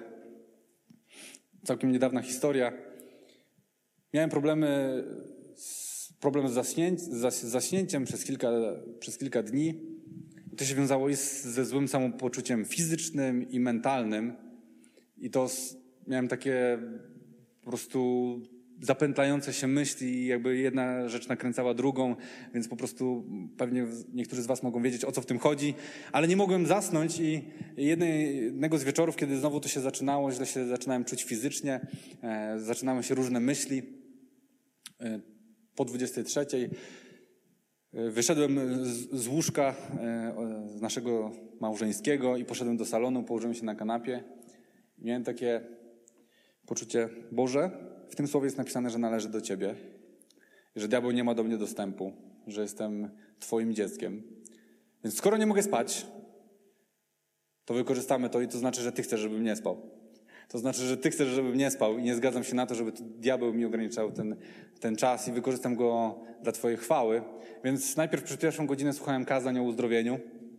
Całkiem niedawna historia. Miałem problemy z, problem z, zaśnięć, z zaśnięciem przez kilka, przez kilka dni. I to się wiązało i z, ze złym samopoczuciem fizycznym i mentalnym. I to z, miałem takie po prostu zapętlające się myśli i jakby jedna rzecz nakręcała drugą, więc po prostu pewnie niektórzy z was mogą wiedzieć, o co w tym chodzi, ale nie mogłem zasnąć i jednego z wieczorów, kiedy znowu to się zaczynało, źle się zaczynałem czuć fizycznie, e, zaczynały się różne myśli. E, po dwudziestej trzeciej e, wyszedłem z, z łóżka e, z naszego małżeńskiego i poszedłem do salonu, położyłem się na kanapie. Miałem takie poczucie, Boże, w tym słowie jest napisane, że należy do Ciebie, że diabeł nie ma do mnie dostępu, że jestem Twoim dzieckiem. Więc skoro nie mogę spać, to wykorzystamy to i to znaczy, że Ty chcesz, żebym nie spał. To znaczy, że Ty chcesz, żebym nie spał i nie zgadzam się na to, żeby diabeł mi ograniczał ten, ten czas i wykorzystam go dla Twojej chwały. Więc najpierw przez pierwszą godzinę słuchałem kazań o uzdrowieniu,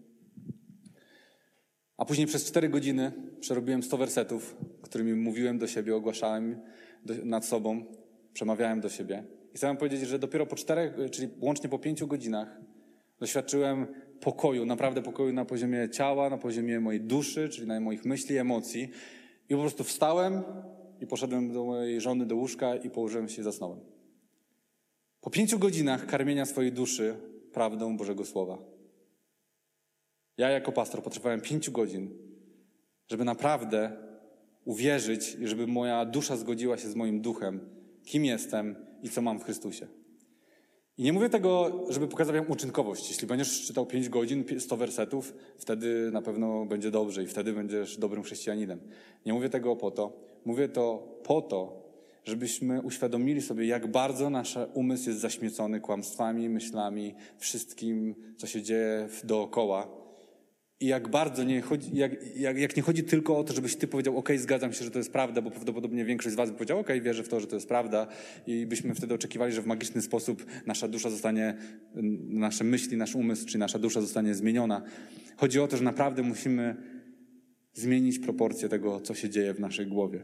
a później przez cztery godziny przerobiłem sto wersetów, którymi mówiłem do siebie, ogłaszałem do, nad sobą, przemawiałem do siebie. I chcę wam powiedzieć, że dopiero po czterech, czyli łącznie po pięciu godzinach doświadczyłem pokoju, naprawdę pokoju na poziomie ciała, na poziomie mojej duszy, czyli na moich myśli, emocji. I po prostu wstałem i poszedłem do mojej żony do łóżka i położyłem się i zasnąłem. Po pięciu godzinach karmienia swojej duszy prawdą Bożego Słowa. Ja jako pastor potrzebowałem pięciu godzin, żeby naprawdę uwierzyć i żeby moja dusza zgodziła się z moim duchem, kim jestem i co mam w Chrystusie. I nie mówię tego, żeby pokazać wam uczynkowość. Jeśli będziesz czytał pięć godzin, sto wersetów, wtedy na pewno będzie dobrze i wtedy będziesz dobrym chrześcijaninem. Nie mówię tego po to. Mówię to po to, żebyśmy uświadomili sobie, jak bardzo nasz umysł jest zaśmiecony kłamstwami, myślami, wszystkim, co się dzieje dookoła. I jak bardzo nie chodzi, jak, jak, jak nie chodzi tylko o to, żebyś ty powiedział, okej, zgadzam się, że to jest prawda, bo prawdopodobnie większość z was by powiedział, okej, wierzę w to, że to jest prawda i byśmy wtedy oczekiwali, że w magiczny sposób nasza dusza zostanie, nasze myśli, nasz umysł, czy nasza dusza zostanie zmieniona. Chodzi o to, że naprawdę musimy zmienić proporcje tego, co się dzieje w naszej głowie.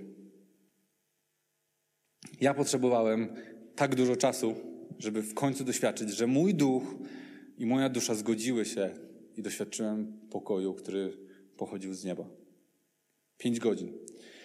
Ja potrzebowałem tak dużo czasu, żeby w końcu doświadczyć, że mój duch i moja dusza zgodziły się i doświadczyłem pokoju, który pochodził z nieba. Pięć godzin.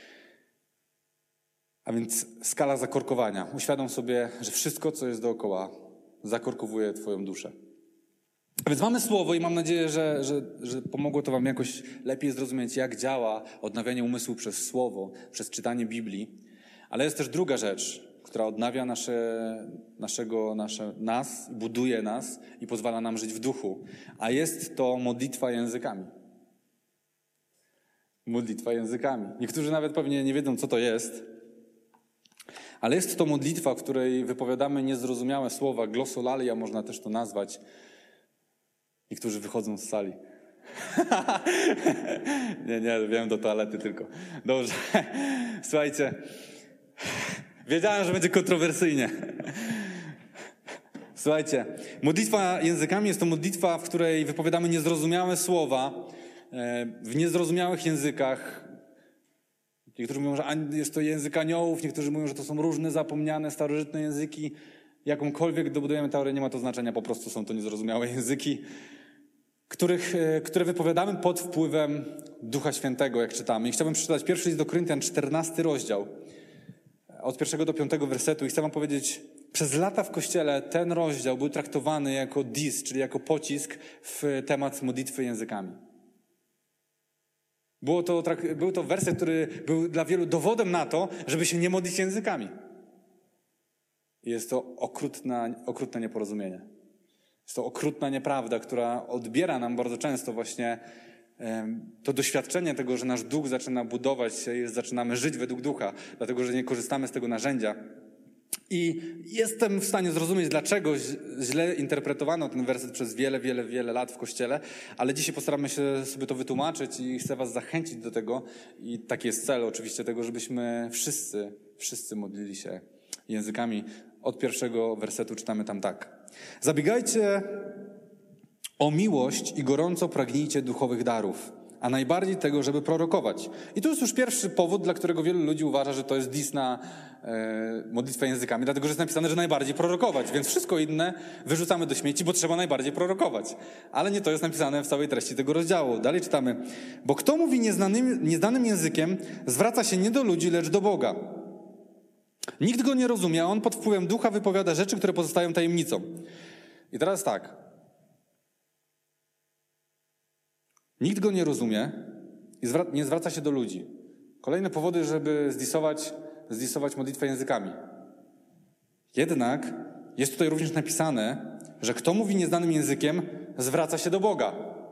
A więc skala zakorkowania. Uświadom sobie, że wszystko, co jest dookoła, zakorkowuje twoją duszę. A więc mamy słowo i mam nadzieję, że, że, że pomogło to wam jakoś lepiej zrozumieć, jak działa odnawianie umysłu przez słowo, przez czytanie Biblii. Ale jest też druga rzecz, która odnawia nasze, naszego, nasze, nas, buduje nas i pozwala nam żyć w duchu. A jest to modlitwa językami. Modlitwa językami. Niektórzy nawet pewnie nie wiedzą, co to jest. Ale jest to modlitwa, w której wypowiadamy niezrozumiałe słowa, glossolalia można też to nazwać. Niektórzy wychodzą z sali. nie, nie, wiem do toalety tylko. Dobrze. Słuchajcie. Wiedziałem, że będzie kontrowersyjnie. Słuchajcie. Modlitwa językami jest to modlitwa, w której wypowiadamy niezrozumiałe słowa w niezrozumiałych językach. Niektórzy mówią, że jest to język aniołów, niektórzy mówią, że to są różne zapomniane, starożytne języki. Jakąkolwiek dobudujemy teorię, nie ma to znaczenia, po prostu są to niezrozumiałe języki, których, które wypowiadamy pod wpływem Ducha Świętego, jak czytamy. I chciałbym przeczytać pierwszy list do Koryntian, czternasty rozdział, od pierwszego do piątego wersetu. I chcę wam powiedzieć, przez lata w Kościele ten rozdział był traktowany jako dis, czyli jako pocisk w temat modlitwy językami. Było to, był to werset, który był dla wielu dowodem na to, żeby się nie modlić językami. I jest to okrutna, okrutne nieporozumienie. Jest to okrutna nieprawda, która odbiera nam bardzo często właśnie um, to doświadczenie tego, że nasz duch zaczyna budować się i zaczynamy żyć według ducha, dlatego że nie korzystamy z tego narzędzia. I jestem w stanie zrozumieć, dlaczego źle interpretowano ten werset przez wiele, wiele, wiele lat w Kościele, ale dzisiaj postaramy się sobie to wytłumaczyć i chcę was zachęcić do tego. I taki jest cel oczywiście tego, żebyśmy wszyscy, wszyscy modlili się językami. Od pierwszego wersetu czytamy tam tak. Zabiegajcie o miłość i gorąco pragnijcie duchowych darów, a najbardziej tego, żeby prorokować. I to jest już pierwszy powód, dla którego wielu ludzi uważa, że to jest dis na e, modlitwę językami, dlatego że jest napisane, że najbardziej prorokować, więc wszystko inne wyrzucamy do śmieci, bo trzeba najbardziej prorokować. Ale nie to jest napisane w całej treści tego rozdziału. Dalej czytamy. Bo kto mówi nieznanym, nieznanym językiem, zwraca się nie do ludzi, lecz do Boga. Nikt go nie rozumie, a on pod wpływem ducha wypowiada rzeczy, które pozostają tajemnicą. I teraz tak. Nikt go nie rozumie i zwra- nie zwraca się do ludzi. Kolejne powody, żeby zdisować, zdisować modlitwę językami. Jednak jest tutaj również napisane, że kto mówi nieznanym językiem, zwraca się do Boga.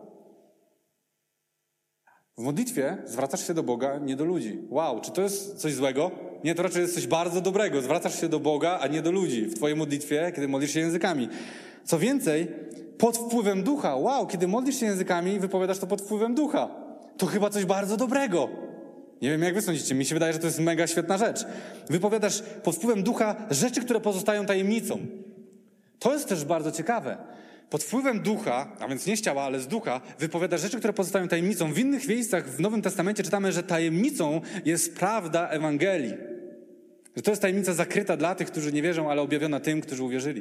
W modlitwie zwracasz się do Boga, nie do ludzi. Wow, czy to jest coś złego? Nie, to raczej jest coś bardzo dobrego. Zwracasz się do Boga, a nie do ludzi w twojej modlitwie, kiedy modlisz się językami. Co więcej, pod wpływem ducha. Wow, kiedy modlisz się językami, wypowiadasz to pod wpływem ducha. To chyba coś bardzo dobrego. Nie wiem, jak wy sądzicie. Mi się wydaje, że to jest mega świetna rzecz. Wypowiadasz pod wpływem ducha rzeczy, które pozostają tajemnicą. To jest też bardzo ciekawe. Pod wpływem ducha, a więc nie z ciała, ale z ducha, wypowiada rzeczy, które pozostają tajemnicą. W innych miejscach w Nowym Testamencie czytamy, że tajemnicą jest prawda Ewangelii. Że to jest tajemnica zakryta dla tych, którzy nie wierzą, ale objawiona tym, którzy uwierzyli.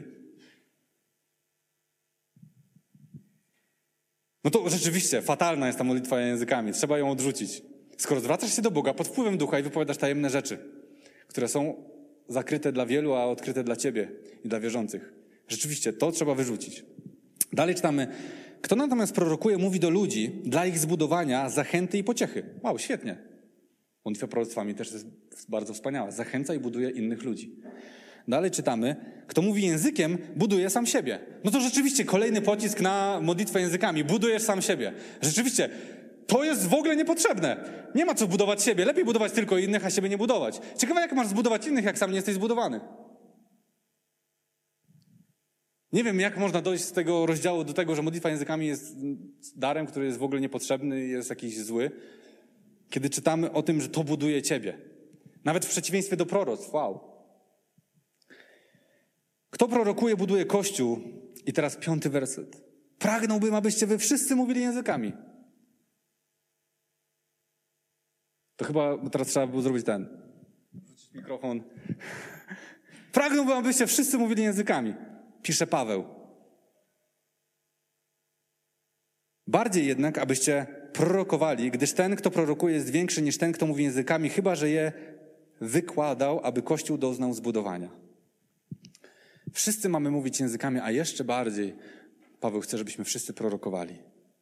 No to rzeczywiście fatalna jest ta modlitwa językami. Trzeba ją odrzucić. Skoro zwracasz się do Boga pod wpływem ducha i wypowiadasz tajemne rzeczy, które są zakryte dla wielu, a odkryte dla ciebie i dla wierzących. Rzeczywiście, to trzeba wyrzucić. Dalej czytamy. Kto natomiast prorokuje, mówi do ludzi dla ich zbudowania, zachęty i pociechy. Wow, świetnie. Modlitwa proroctwami też jest bardzo wspaniała. Zachęca i buduje innych ludzi. Dalej czytamy. Kto mówi językiem, buduje sam siebie. No to rzeczywiście kolejny pocisk na modlitwę językami. Budujesz sam siebie. Rzeczywiście, to jest w ogóle niepotrzebne. Nie ma co budować siebie. Lepiej budować tylko innych, a siebie nie budować. Ciekawe, jak masz zbudować innych, jak sam nie jesteś zbudowany. Nie wiem, jak można dojść z tego rozdziału do tego, że modlitwa językami jest darem, który jest w ogóle niepotrzebny i jest jakiś zły, kiedy czytamy o tym, że to buduje ciebie. Nawet w przeciwieństwie do proroctw. Wow. Kto prorokuje, buduje Kościół. I teraz piąty werset. Pragnąłbym, abyście wy wszyscy mówili językami. To chyba teraz trzeba było zrobić ten. Wrzucić mikrofon. Pragnąłbym, abyście wszyscy mówili językami. Pisze Paweł. Bardziej jednak, abyście prorokowali, gdyż ten, kto prorokuje, jest większy niż ten, kto mówi językami, chyba że je wykładał, aby Kościół doznał zbudowania. Wszyscy mamy mówić językami, a jeszcze bardziej Paweł chce, żebyśmy wszyscy prorokowali.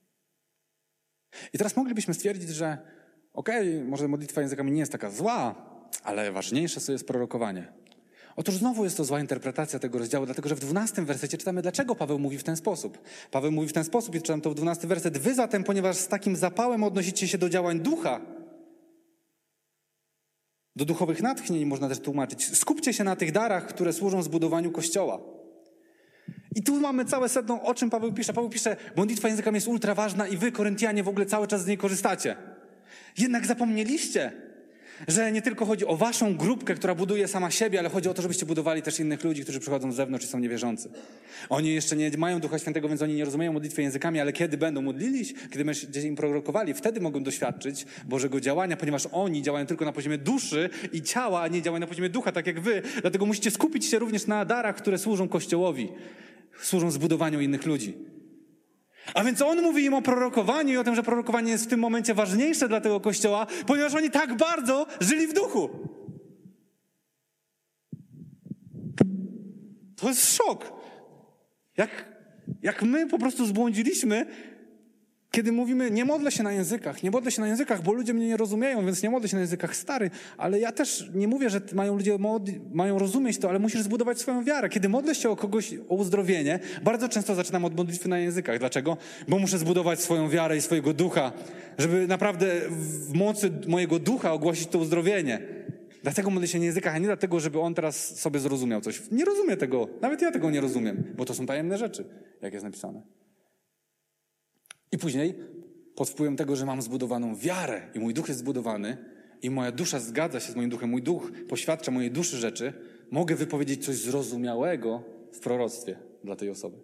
I teraz moglibyśmy stwierdzić, że okej, okay, może modlitwa językami nie jest taka zła, ale ważniejsze sobie jest prorokowanie. Otóż znowu jest to zła interpretacja tego rozdziału, dlatego że w dwunastym wersecie czytamy, dlaczego Paweł mówi w ten sposób. Paweł mówi w ten sposób i czytam to w dwunastym werset. Wy zatem, ponieważ z takim zapałem odnosicie się do działań ducha, do duchowych natchnień można też tłumaczyć, skupcie się na tych darach, które służą zbudowaniu Kościoła. I tu mamy całe sedno, o czym Paweł pisze. Paweł pisze, modlitwa językami jest ultra ważna i wy, Koryntianie, w ogóle cały czas z niej korzystacie. Jednak zapomnieliście, że nie tylko chodzi o waszą grupkę, która buduje sama siebie, ale chodzi o to, żebyście budowali też innych ludzi, którzy przychodzą z zewnątrz i są niewierzący. Oni jeszcze nie mają Ducha Świętego, więc oni nie rozumieją modlitwy językami, ale kiedy będą modlili się, kiedy będziecie im prorokowali, wtedy mogą doświadczyć Bożego działania, ponieważ oni działają tylko na poziomie duszy i ciała, a nie działają na poziomie ducha, tak jak wy. Dlatego musicie skupić się również na darach, które służą Kościołowi, służą zbudowaniu innych ludzi. A więc on mówi im o prorokowaniu i o tym, że prorokowanie jest w tym momencie ważniejsze dla tego Kościoła, ponieważ oni tak bardzo żyli w duchu. To jest szok. Jak, jak my po prostu zbłądziliśmy, kiedy mówimy, nie modlę się na językach, nie modlę się na językach, bo ludzie mnie nie rozumieją, więc nie modlę się na językach. Stary, ale ja też nie mówię, że mają ludzie modli, mają rozumieć to, ale musisz zbudować swoją wiarę. Kiedy modlę się o kogoś, o uzdrowienie, bardzo często zaczynam od modlitwy na językach. Dlaczego? Bo muszę zbudować swoją wiarę i swojego ducha, żeby naprawdę w mocy mojego ducha ogłosić to uzdrowienie. Dlatego modlę się na językach, a nie dlatego, żeby on teraz sobie zrozumiał coś. Nie rozumie tego. Nawet ja tego nie rozumiem, bo to są tajemne rzeczy, jak jest napisane. I później, pod wpływem tego, że mam zbudowaną wiarę i mój duch jest zbudowany i moja dusza zgadza się z moim duchem, mój duch poświadcza mojej duszy rzeczy, mogę wypowiedzieć coś zrozumiałego w proroctwie dla tej osoby.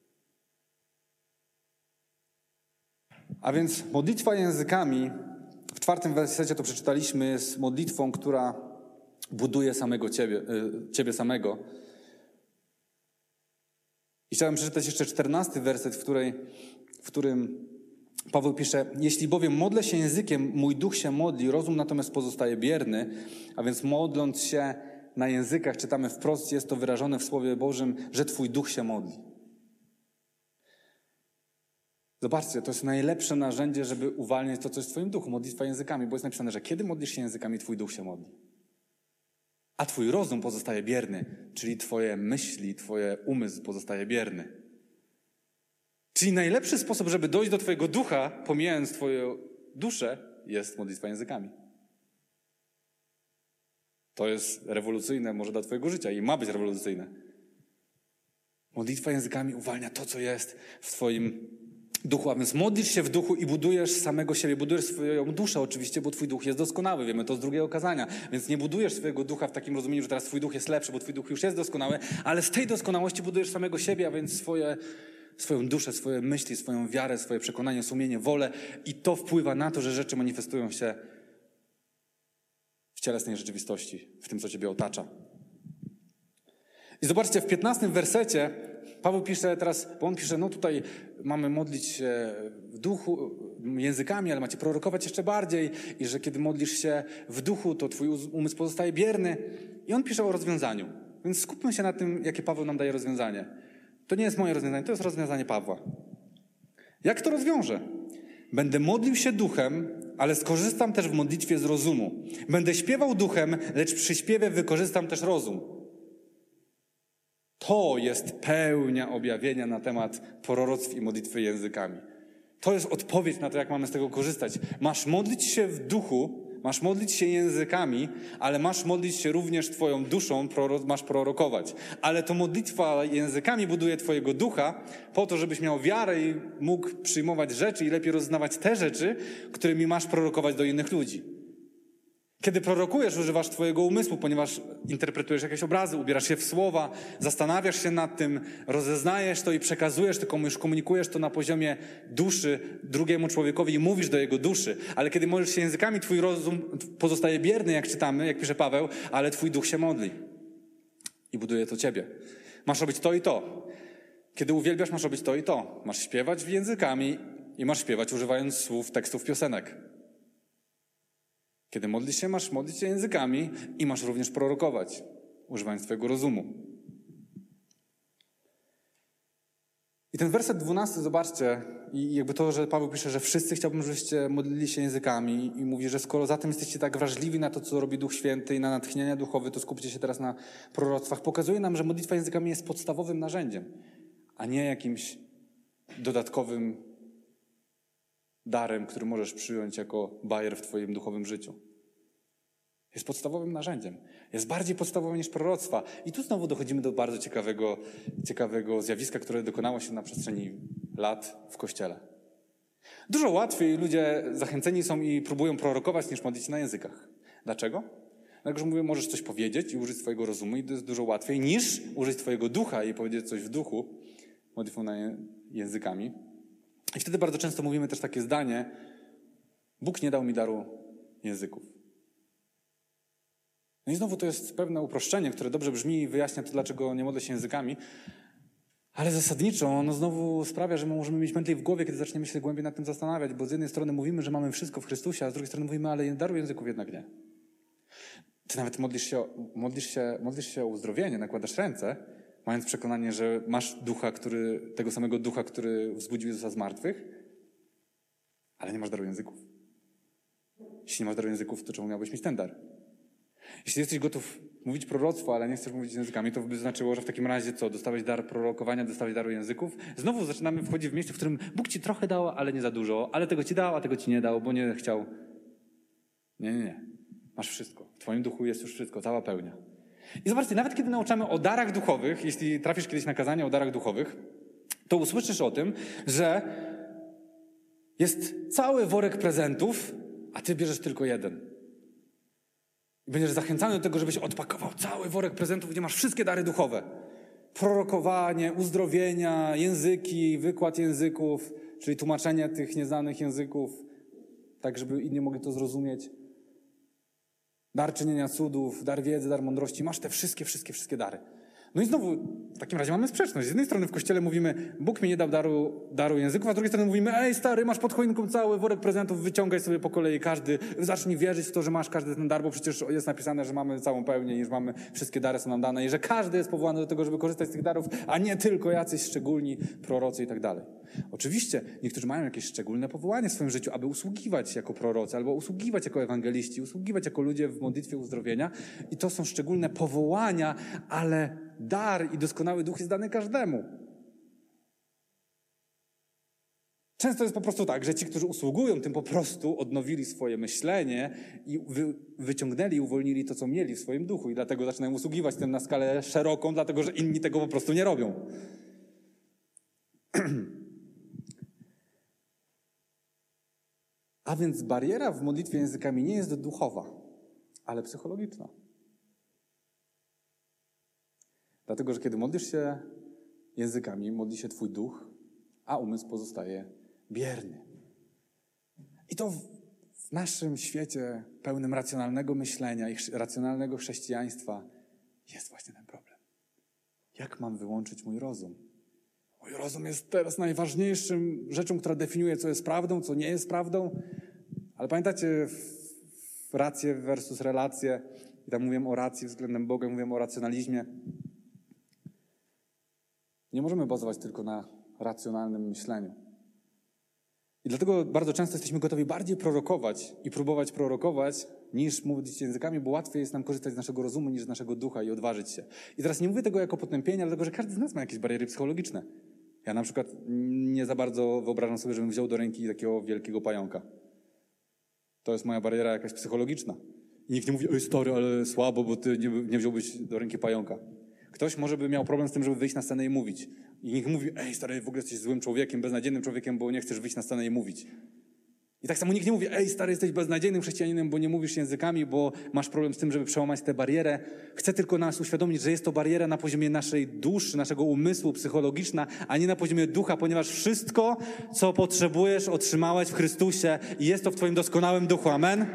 A więc modlitwa językami, w czwartym wersecie to przeczytaliśmy, jest modlitwą, która buduje samego ciebie, ciebie samego. I chciałem przeczytać jeszcze czternasty werset, w, której, w którym Paweł pisze: jeśli bowiem modlę się językiem, mój duch się modli, rozum natomiast pozostaje bierny, a więc modląc się na językach, czytamy wprost, jest to wyrażone w Słowie Bożym, że twój duch się modli. Zobaczcie, to jest najlepsze narzędzie, żeby uwalniać to, co jest w twoim duchu, modlitwa językami, bo jest napisane, że kiedy modlisz się językami, twój duch się modli. A twój rozum pozostaje bierny, czyli twoje myśli, twoje umysł pozostaje bierny. Czyli najlepszy sposób, żeby dojść do twojego ducha, pomijając twoją duszę, jest modlitwa językami. To jest rewolucyjne może dla twojego życia i ma być rewolucyjne. Modlitwa językami uwalnia to, co jest w twoim duchu, a więc modlisz się w duchu i budujesz samego siebie, budujesz swoją duszę oczywiście, bo twój duch jest doskonały, wiemy to z drugiego kazania, więc nie budujesz swojego ducha w takim rozumieniu, że teraz twój duch jest lepszy, bo twój duch już jest doskonały, ale z tej doskonałości budujesz samego siebie, a więc swoje, swoją duszę, swoje myśli, swoją wiarę, swoje przekonanie, sumienie, wolę i to wpływa na to, że rzeczy manifestują się w cielesnej rzeczywistości, w tym, co ciebie otacza. I zobaczcie, w piętnastym wersecie Paweł pisze teraz, bo on pisze, no tutaj mamy modlić się w duchu, językami, ale macie prorokować jeszcze bardziej i że kiedy modlisz się w duchu, to twój umysł pozostaje bierny. I on pisze o rozwiązaniu. Więc skupmy się na tym, jakie Paweł nam daje rozwiązanie. To nie jest moje rozwiązanie, to jest rozwiązanie Pawła. Jak to rozwiążę? Będę modlił się duchem, ale skorzystam też w modlitwie z rozumu. Będę śpiewał duchem, lecz przy śpiewie wykorzystam też rozum. To jest pełnia objawienia na temat proroctw i modlitwy językami. To jest odpowiedź na to, jak mamy z tego korzystać. Masz modlić się w duchu, masz modlić się językami, ale masz modlić się również twoją duszą, masz prorokować. Ale to modlitwa językami buduje twojego ducha po to, żebyś miał wiarę i mógł przyjmować rzeczy i lepiej rozznawać te rzeczy, którymi masz prorokować do innych ludzi. Kiedy prorokujesz, używasz twojego umysłu, ponieważ interpretujesz jakieś obrazy, ubierasz się w słowa, zastanawiasz się nad tym, rozeznajesz to i przekazujesz to komuś, komunikujesz to na poziomie duszy drugiemu człowiekowi i mówisz do jego duszy. Ale kiedy modlisz się językami, twój rozum pozostaje bierny, jak czytamy, jak pisze Paweł, ale twój duch się modli i buduje to ciebie. Masz robić to i to. Kiedy uwielbiasz, masz robić to i to. Masz śpiewać w językami i masz śpiewać używając słów tekstów piosenek. Kiedy modlisz się, masz modlić się językami i masz również prorokować, używając twojego rozumu. I ten werset dwunasty, zobaczcie, i jakby to, że Paweł pisze, że wszyscy chciałbym, żebyście modlili się językami i mówi, że skoro zatem jesteście tak wrażliwi na to, co robi Duch Święty i na natchnienia duchowe, to skupcie się teraz na proroctwach. Pokazuje nam, że modlitwa językami jest podstawowym narzędziem, a nie jakimś dodatkowym darem, który możesz przyjąć jako bajer w twoim duchowym życiu. Jest podstawowym narzędziem. Jest bardziej podstawowe niż proroctwa. I tu znowu dochodzimy do bardzo ciekawego, ciekawego zjawiska, które dokonało się na przestrzeni lat w Kościele. Dużo łatwiej ludzie zachęceni są i próbują prorokować, niż modlić się na językach. Dlaczego? Dlatego, że mówię, możesz coś powiedzieć i użyć swojego rozumu i to jest dużo łatwiej, niż użyć twojego ducha i powiedzieć coś w duchu, modlitwą na językami. I wtedy bardzo często mówimy też takie zdanie: Bóg nie dał mi daru języków. No i znowu to jest pewne uproszczenie, które dobrze brzmi i wyjaśnia to, dlaczego nie modlę się językami, ale zasadniczo ono znowu sprawia, że my możemy mieć mętlik w głowie, kiedy zaczniemy się głębiej nad tym zastanawiać, bo z jednej strony mówimy, że mamy wszystko w Chrystusie, a z drugiej strony mówimy, ale daru języków jednak nie. Ty nawet modlisz się, modlisz się, modlisz się o uzdrowienie, nakładasz ręce, mając przekonanie, że masz ducha, który, tego samego ducha, który wzbudził Jezusa z martwych, ale nie masz daru języków. Jeśli nie masz daru języków, to czemu miałbyś mieć ten dar? Jeśli jesteś gotów mówić proroctwo, ale nie chcesz mówić językami, to by znaczyło, że w takim razie co? Dostałeś dar prorokowania, dostałeś daru języków? Znowu zaczynamy wchodzić w miejsce, w którym Bóg ci trochę dał, ale nie za dużo, ale tego ci dał, a tego ci nie dał, bo nie chciał. Nie, nie, nie. Masz wszystko. W twoim duchu jest już wszystko, cała pełnia. I zobaczcie, nawet kiedy nauczamy o darach duchowych, jeśli trafisz kiedyś na kazanie o darach duchowych, to usłyszysz o tym, że jest cały worek prezentów, a ty bierzesz tylko jeden. I będziesz zachęcany do tego, żebyś odpakował cały worek prezentów, gdzie masz wszystkie dary duchowe. Prorokowanie, uzdrowienia, języki, wykład języków, czyli tłumaczenie tych nieznanych języków, tak żeby inni mogli to zrozumieć. Dar czynienia cudów, dar wiedzy, dar mądrości. Masz te wszystkie, wszystkie, wszystkie dary. No i znowu, w takim razie mamy sprzeczność. Z jednej strony w Kościele mówimy, Bóg mi nie dał daru, daru języków, a z drugiej strony mówimy, ej stary, masz pod choinką cały worek prezentów, wyciągaj sobie po kolei każdy, zacznij wierzyć w to, że masz każdy ten dar, bo przecież jest napisane, że mamy całą pełnię i że mamy, wszystkie dary są nam dane i że każdy jest powołany do tego, żeby korzystać z tych darów, a nie tylko jacyś szczególni prorocy i tak dalej. Oczywiście niektórzy mają jakieś szczególne powołanie w swoim życiu, aby usługiwać jako prorocy, albo usługiwać jako ewangeliści, usługiwać jako ludzie w modlitwie uzdrowienia i to są szczególne powołania, ale dar i doskonały duch jest dany każdemu. Często jest po prostu tak, że ci, którzy usługują tym, po prostu odnowili swoje myślenie i wy, wyciągnęli i uwolnili to, co mieli w swoim duchu i dlatego zaczynają usługiwać tym na skalę szeroką, dlatego że inni tego po prostu nie robią. A więc bariera w modlitwie językami nie jest duchowa, ale psychologiczna. Dlatego, że kiedy modlisz się językami, modli się twój duch, a umysł pozostaje bierny. I to w naszym świecie pełnym racjonalnego myślenia i racjonalnego chrześcijaństwa jest właśnie ten problem. Jak mam wyłączyć mój rozum? Mój rozum jest teraz najważniejszym rzeczą, która definiuje, co jest prawdą, co nie jest prawdą. Ale pamiętacie w rację versus relacje, i tam mówiłem o racji względem Boga, mówiłem o racjonalizmie. Nie możemy bazować tylko na racjonalnym myśleniu. I dlatego bardzo często jesteśmy gotowi bardziej prorokować i próbować prorokować, niż mówić językami, bo łatwiej jest nam korzystać z naszego rozumu niż z naszego ducha i odważyć się. I teraz nie mówię tego jako potępienie, ale dlatego, że każdy z nas ma jakieś bariery psychologiczne. Ja na przykład nie za bardzo wyobrażam sobie, żebym wziął do ręki takiego wielkiego pająka. To jest moja bariera jakaś psychologiczna. I nikt nie mówi, oj stary, ale słabo, bo ty nie, nie wziąłbyś do ręki pająka. Ktoś może by miał problem z tym, żeby wyjść na scenę i mówić. I nikt mówi, ej stary, w ogóle jesteś złym człowiekiem, beznadziejnym człowiekiem, bo nie chcesz wyjść na scenę i mówić. I tak samo nikt nie mówi, ej stary, jesteś beznadziejnym chrześcijaninem, bo nie mówisz językami, bo masz problem z tym, żeby przełamać tę barierę. Chcę tylko nas uświadomić, że jest to bariera na poziomie naszej duszy, naszego umysłu, psychologiczna, a nie na poziomie ducha, ponieważ wszystko, co potrzebujesz, otrzymałeś w Chrystusie i jest to w twoim doskonałym duchu. Amen?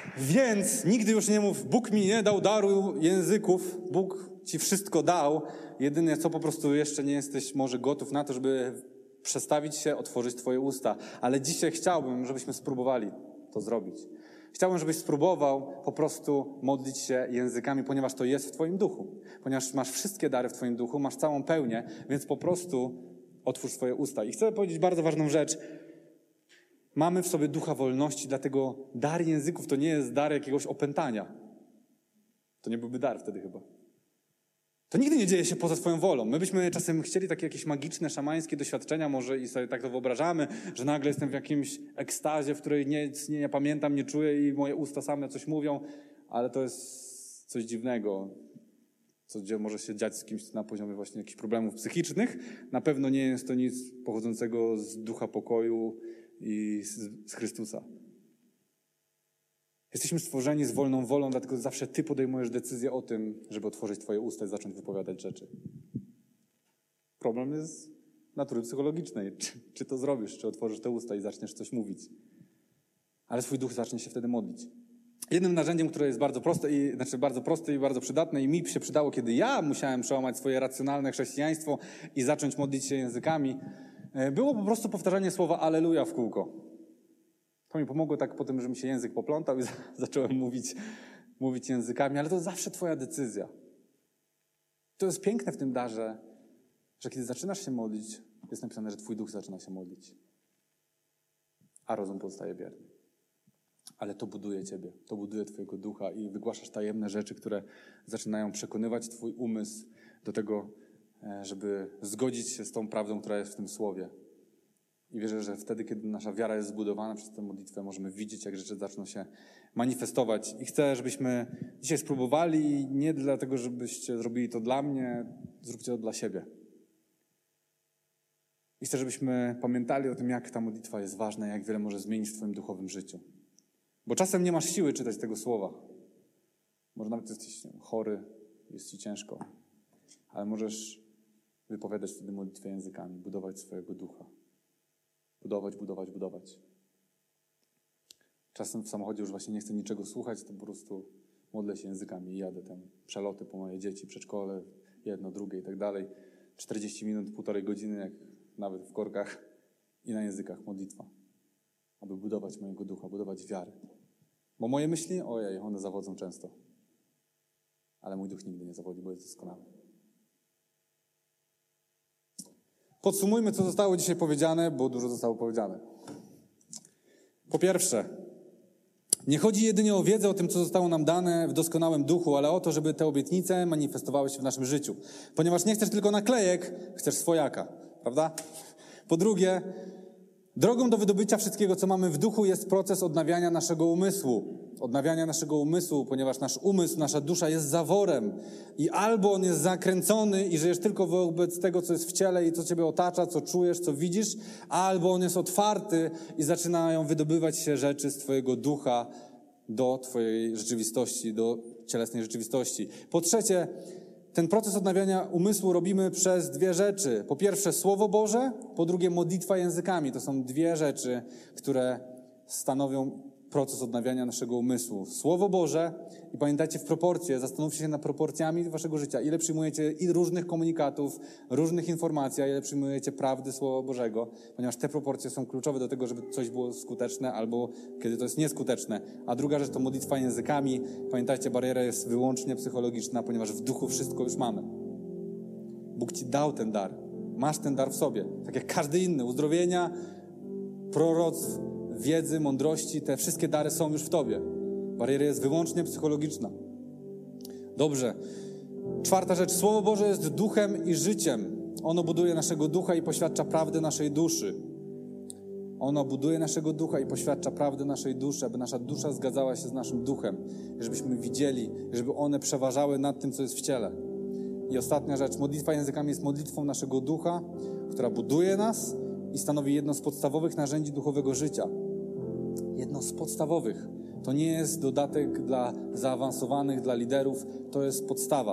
Więc nigdy już nie mów, Bóg mi nie dał daru języków, Bóg ci wszystko dał Jedyne, co po prostu jeszcze nie jesteś może gotów na to, żeby przestawić się, otworzyć twoje usta. Ale dzisiaj chciałbym, żebyśmy spróbowali to zrobić. Chciałbym, żebyś spróbował po prostu modlić się językami, ponieważ to jest w twoim duchu. Ponieważ masz wszystkie dary w twoim duchu, masz całą pełnię, więc po prostu otwórz swoje usta. I chcę powiedzieć bardzo ważną rzecz. Mamy w sobie ducha wolności, dlatego dar języków to nie jest dar jakiegoś opętania. To nie byłby dar wtedy chyba. To nigdy nie dzieje się poza twoją wolą. My byśmy czasem chcieli takie jakieś magiczne, szamańskie doświadczenia może i sobie tak to wyobrażamy, że nagle jestem w jakimś ekstazie, w której nic nie, nie pamiętam, nie czuję i moje usta same coś mówią, ale to jest coś dziwnego, co może się dziać z kimś na poziomie właśnie jakichś problemów psychicznych. Na pewno nie jest to nic pochodzącego z ducha pokoju i z, z Chrystusa. Jesteśmy stworzeni z wolną wolą, dlatego zawsze ty podejmujesz decyzję o tym, żeby otworzyć twoje usta i zacząć wypowiadać rzeczy. Problem jest natury psychologicznej. Czy, czy to zrobisz, czy otworzysz te usta i zaczniesz coś mówić. Ale twój duch zacznie się wtedy modlić. Jednym narzędziem, które jest bardzo proste, i, znaczy bardzo proste i bardzo przydatne i mi się przydało, kiedy ja musiałem przełamać swoje racjonalne chrześcijaństwo i zacząć modlić się językami, było po prostu powtarzanie słowa Alleluja w kółko. To mi pomogło tak po tym, że mi się język poplątał i zacząłem mówić, mówić językami, ale to zawsze twoja decyzja. To jest piękne w tym darze, że kiedy zaczynasz się modlić, jest napisane, że twój duch zaczyna się modlić, a rozum pozostaje bierny. Ale to buduje ciebie, to buduje twojego ducha i wygłaszasz tajemne rzeczy, które zaczynają przekonywać twój umysł do tego, żeby zgodzić się z tą prawdą, która jest w tym słowie. I wierzę, że wtedy, kiedy nasza wiara jest zbudowana przez tę modlitwę, możemy widzieć, jak rzeczy zaczną się manifestować. I chcę, żebyśmy dzisiaj spróbowali, nie dlatego, żebyście zrobili to dla mnie, zróbcie to dla siebie. I chcę, żebyśmy pamiętali o tym, jak ta modlitwa jest ważna, jak wiele może zmienić w twoim duchowym życiu. Bo czasem nie masz siły czytać tego słowa. Może nawet jesteś chory, jest ci ciężko. Ale możesz wypowiadać wtedy modlitwę językami, budować swojego ducha. Budować, budować, budować. Czasem w samochodzie już właśnie nie chcę niczego słuchać, to po prostu modlę się językami i jadę tam. Przeloty po moje dzieci, przedszkole, jedno, drugie i tak dalej. czterdzieści minut, półtorej godziny, jak nawet w korkach i na językach modlitwa. Aby budować mojego ducha, budować wiarę. Bo moje myśli, ojej, one zawodzą często. Ale mój duch nigdy nie zawodzi, bo jest doskonały. Podsumujmy, co zostało dzisiaj powiedziane, bo dużo zostało powiedziane. Po pierwsze, nie chodzi jedynie o wiedzę o tym, co zostało nam dane w doskonałym duchu, ale o to, żeby te obietnice manifestowały się w naszym życiu. Ponieważ nie chcesz tylko naklejek, chcesz swojaka, prawda? Po drugie, drogą do wydobycia wszystkiego, co mamy w duchu, jest proces odnawiania naszego umysłu. Odnawiania naszego umysłu, ponieważ nasz umysł, nasza dusza jest zaworem i albo on jest zakręcony i żyjesz tylko wobec tego, co jest w ciele i co ciebie otacza, co czujesz, co widzisz, albo on jest otwarty i zaczynają wydobywać się rzeczy z twojego ducha do twojej rzeczywistości, do cielesnej rzeczywistości. Po trzecie, ten proces odnawiania umysłu robimy przez dwie rzeczy. Po pierwsze Słowo Boże, po drugie modlitwa językami. To są dwie rzeczy, które stanowią proces odnawiania naszego umysłu. Słowo Boże i pamiętajcie w proporcje, zastanówcie się nad proporcjami waszego życia. Ile przyjmujecie i różnych komunikatów, różnych informacji, a ile przyjmujecie prawdy Słowa Bożego, ponieważ te proporcje są kluczowe do tego, żeby coś było skuteczne albo kiedy to jest nieskuteczne. A druga rzecz to modlitwa językami. Pamiętajcie, bariera jest wyłącznie psychologiczna, ponieważ w duchu wszystko już mamy. Bóg ci dał ten dar. Masz ten dar w sobie. Tak jak każdy inny. Uzdrowienia, proroctw, wiedzy, mądrości, te wszystkie dary są już w tobie. Bariera jest wyłącznie psychologiczna. Dobrze. Czwarta rzecz. Słowo Boże jest duchem i życiem. Ono buduje naszego ducha i poświadcza prawdę naszej duszy. Ono buduje naszego ducha i poświadcza prawdę naszej duszy, aby nasza dusza zgadzała się z naszym duchem. Żebyśmy widzieli, żeby one przeważały nad tym, co jest w ciele. I ostatnia rzecz. Modlitwa językami jest modlitwą naszego ducha, która buduje nas i stanowi jedno z podstawowych narzędzi duchowego życia. Jedno z podstawowych. To nie jest dodatek dla zaawansowanych, dla liderów. To jest podstawa.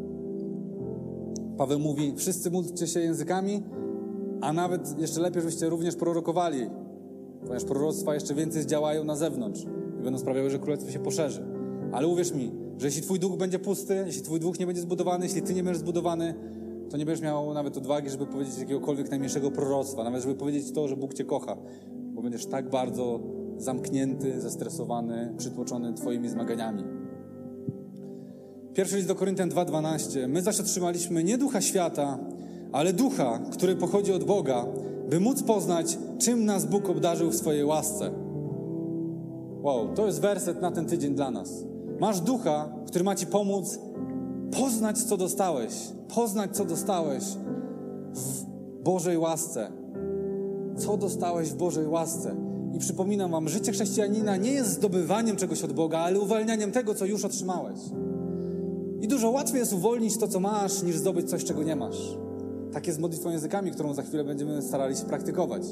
Paweł mówi, wszyscy módlcie się językami, a nawet jeszcze lepiej, żebyście również prorokowali. Ponieważ proroctwa jeszcze więcej zdziałają na zewnątrz i będą sprawiały, że królestwo się poszerzy. Ale uwierz mi, że jeśli twój duch będzie pusty, jeśli twój duch nie będzie zbudowany, jeśli ty nie będziesz zbudowany, to nie będziesz miał nawet odwagi, żeby powiedzieć jakiegokolwiek najmniejszego proroctwa, nawet żeby powiedzieć to, że Bóg cię kocha, bo będziesz tak bardzo zamknięty, zestresowany, przytłoczony twoimi zmaganiami. Pierwszy list do Koryntian dwa dwanaście. My zaś otrzymaliśmy nie ducha świata, ale ducha, który pochodzi od Boga, by móc poznać, czym nas Bóg obdarzył w swojej łasce. Wow, to jest werset na ten tydzień dla nas. Masz ducha, który ma ci pomóc poznać, co dostałeś. Poznać, co dostałeś w Bożej łasce. Co dostałeś w Bożej łasce. I przypominam wam, życie chrześcijanina nie jest zdobywaniem czegoś od Boga, ale uwalnianiem tego, co już otrzymałeś. I dużo łatwiej jest uwolnić to, co masz, niż zdobyć coś, czego nie masz. Tak jest z modlitwą językami, którą za chwilę będziemy starali się praktykować.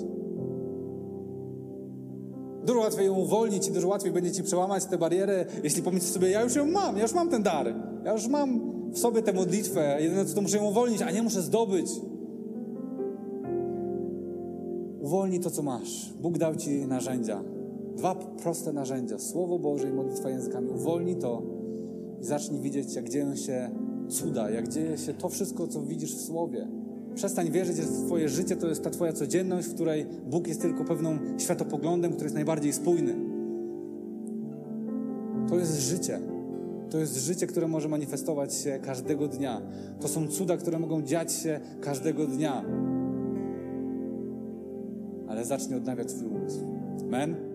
Dużo łatwiej ją uwolnić i dużo łatwiej będzie ci przełamać tę barierę, jeśli pomyślisz sobie, ja już ją mam, ja już mam ten dar. Ja już mam w sobie tę modlitwę, jedyne co to muszę ją uwolnić, a nie muszę zdobyć. Uwolnij to, co masz. Bóg dał ci narzędzia. Dwa proste narzędzia. Słowo Boże i modlitwa językami. Uwolnij to i zacznij widzieć, jak dzieją się cuda, jak dzieje się to wszystko, co widzisz w Słowie. Przestań wierzyć, że twoje życie to jest ta twoja codzienność, w której Bóg jest tylko pewną światopoglądem, który jest najbardziej spójny. To jest życie. To jest życie, które może manifestować się każdego dnia. To są cuda, które mogą dziać się każdego dnia. Ale zacznij odnawiać swój umysł. Amen.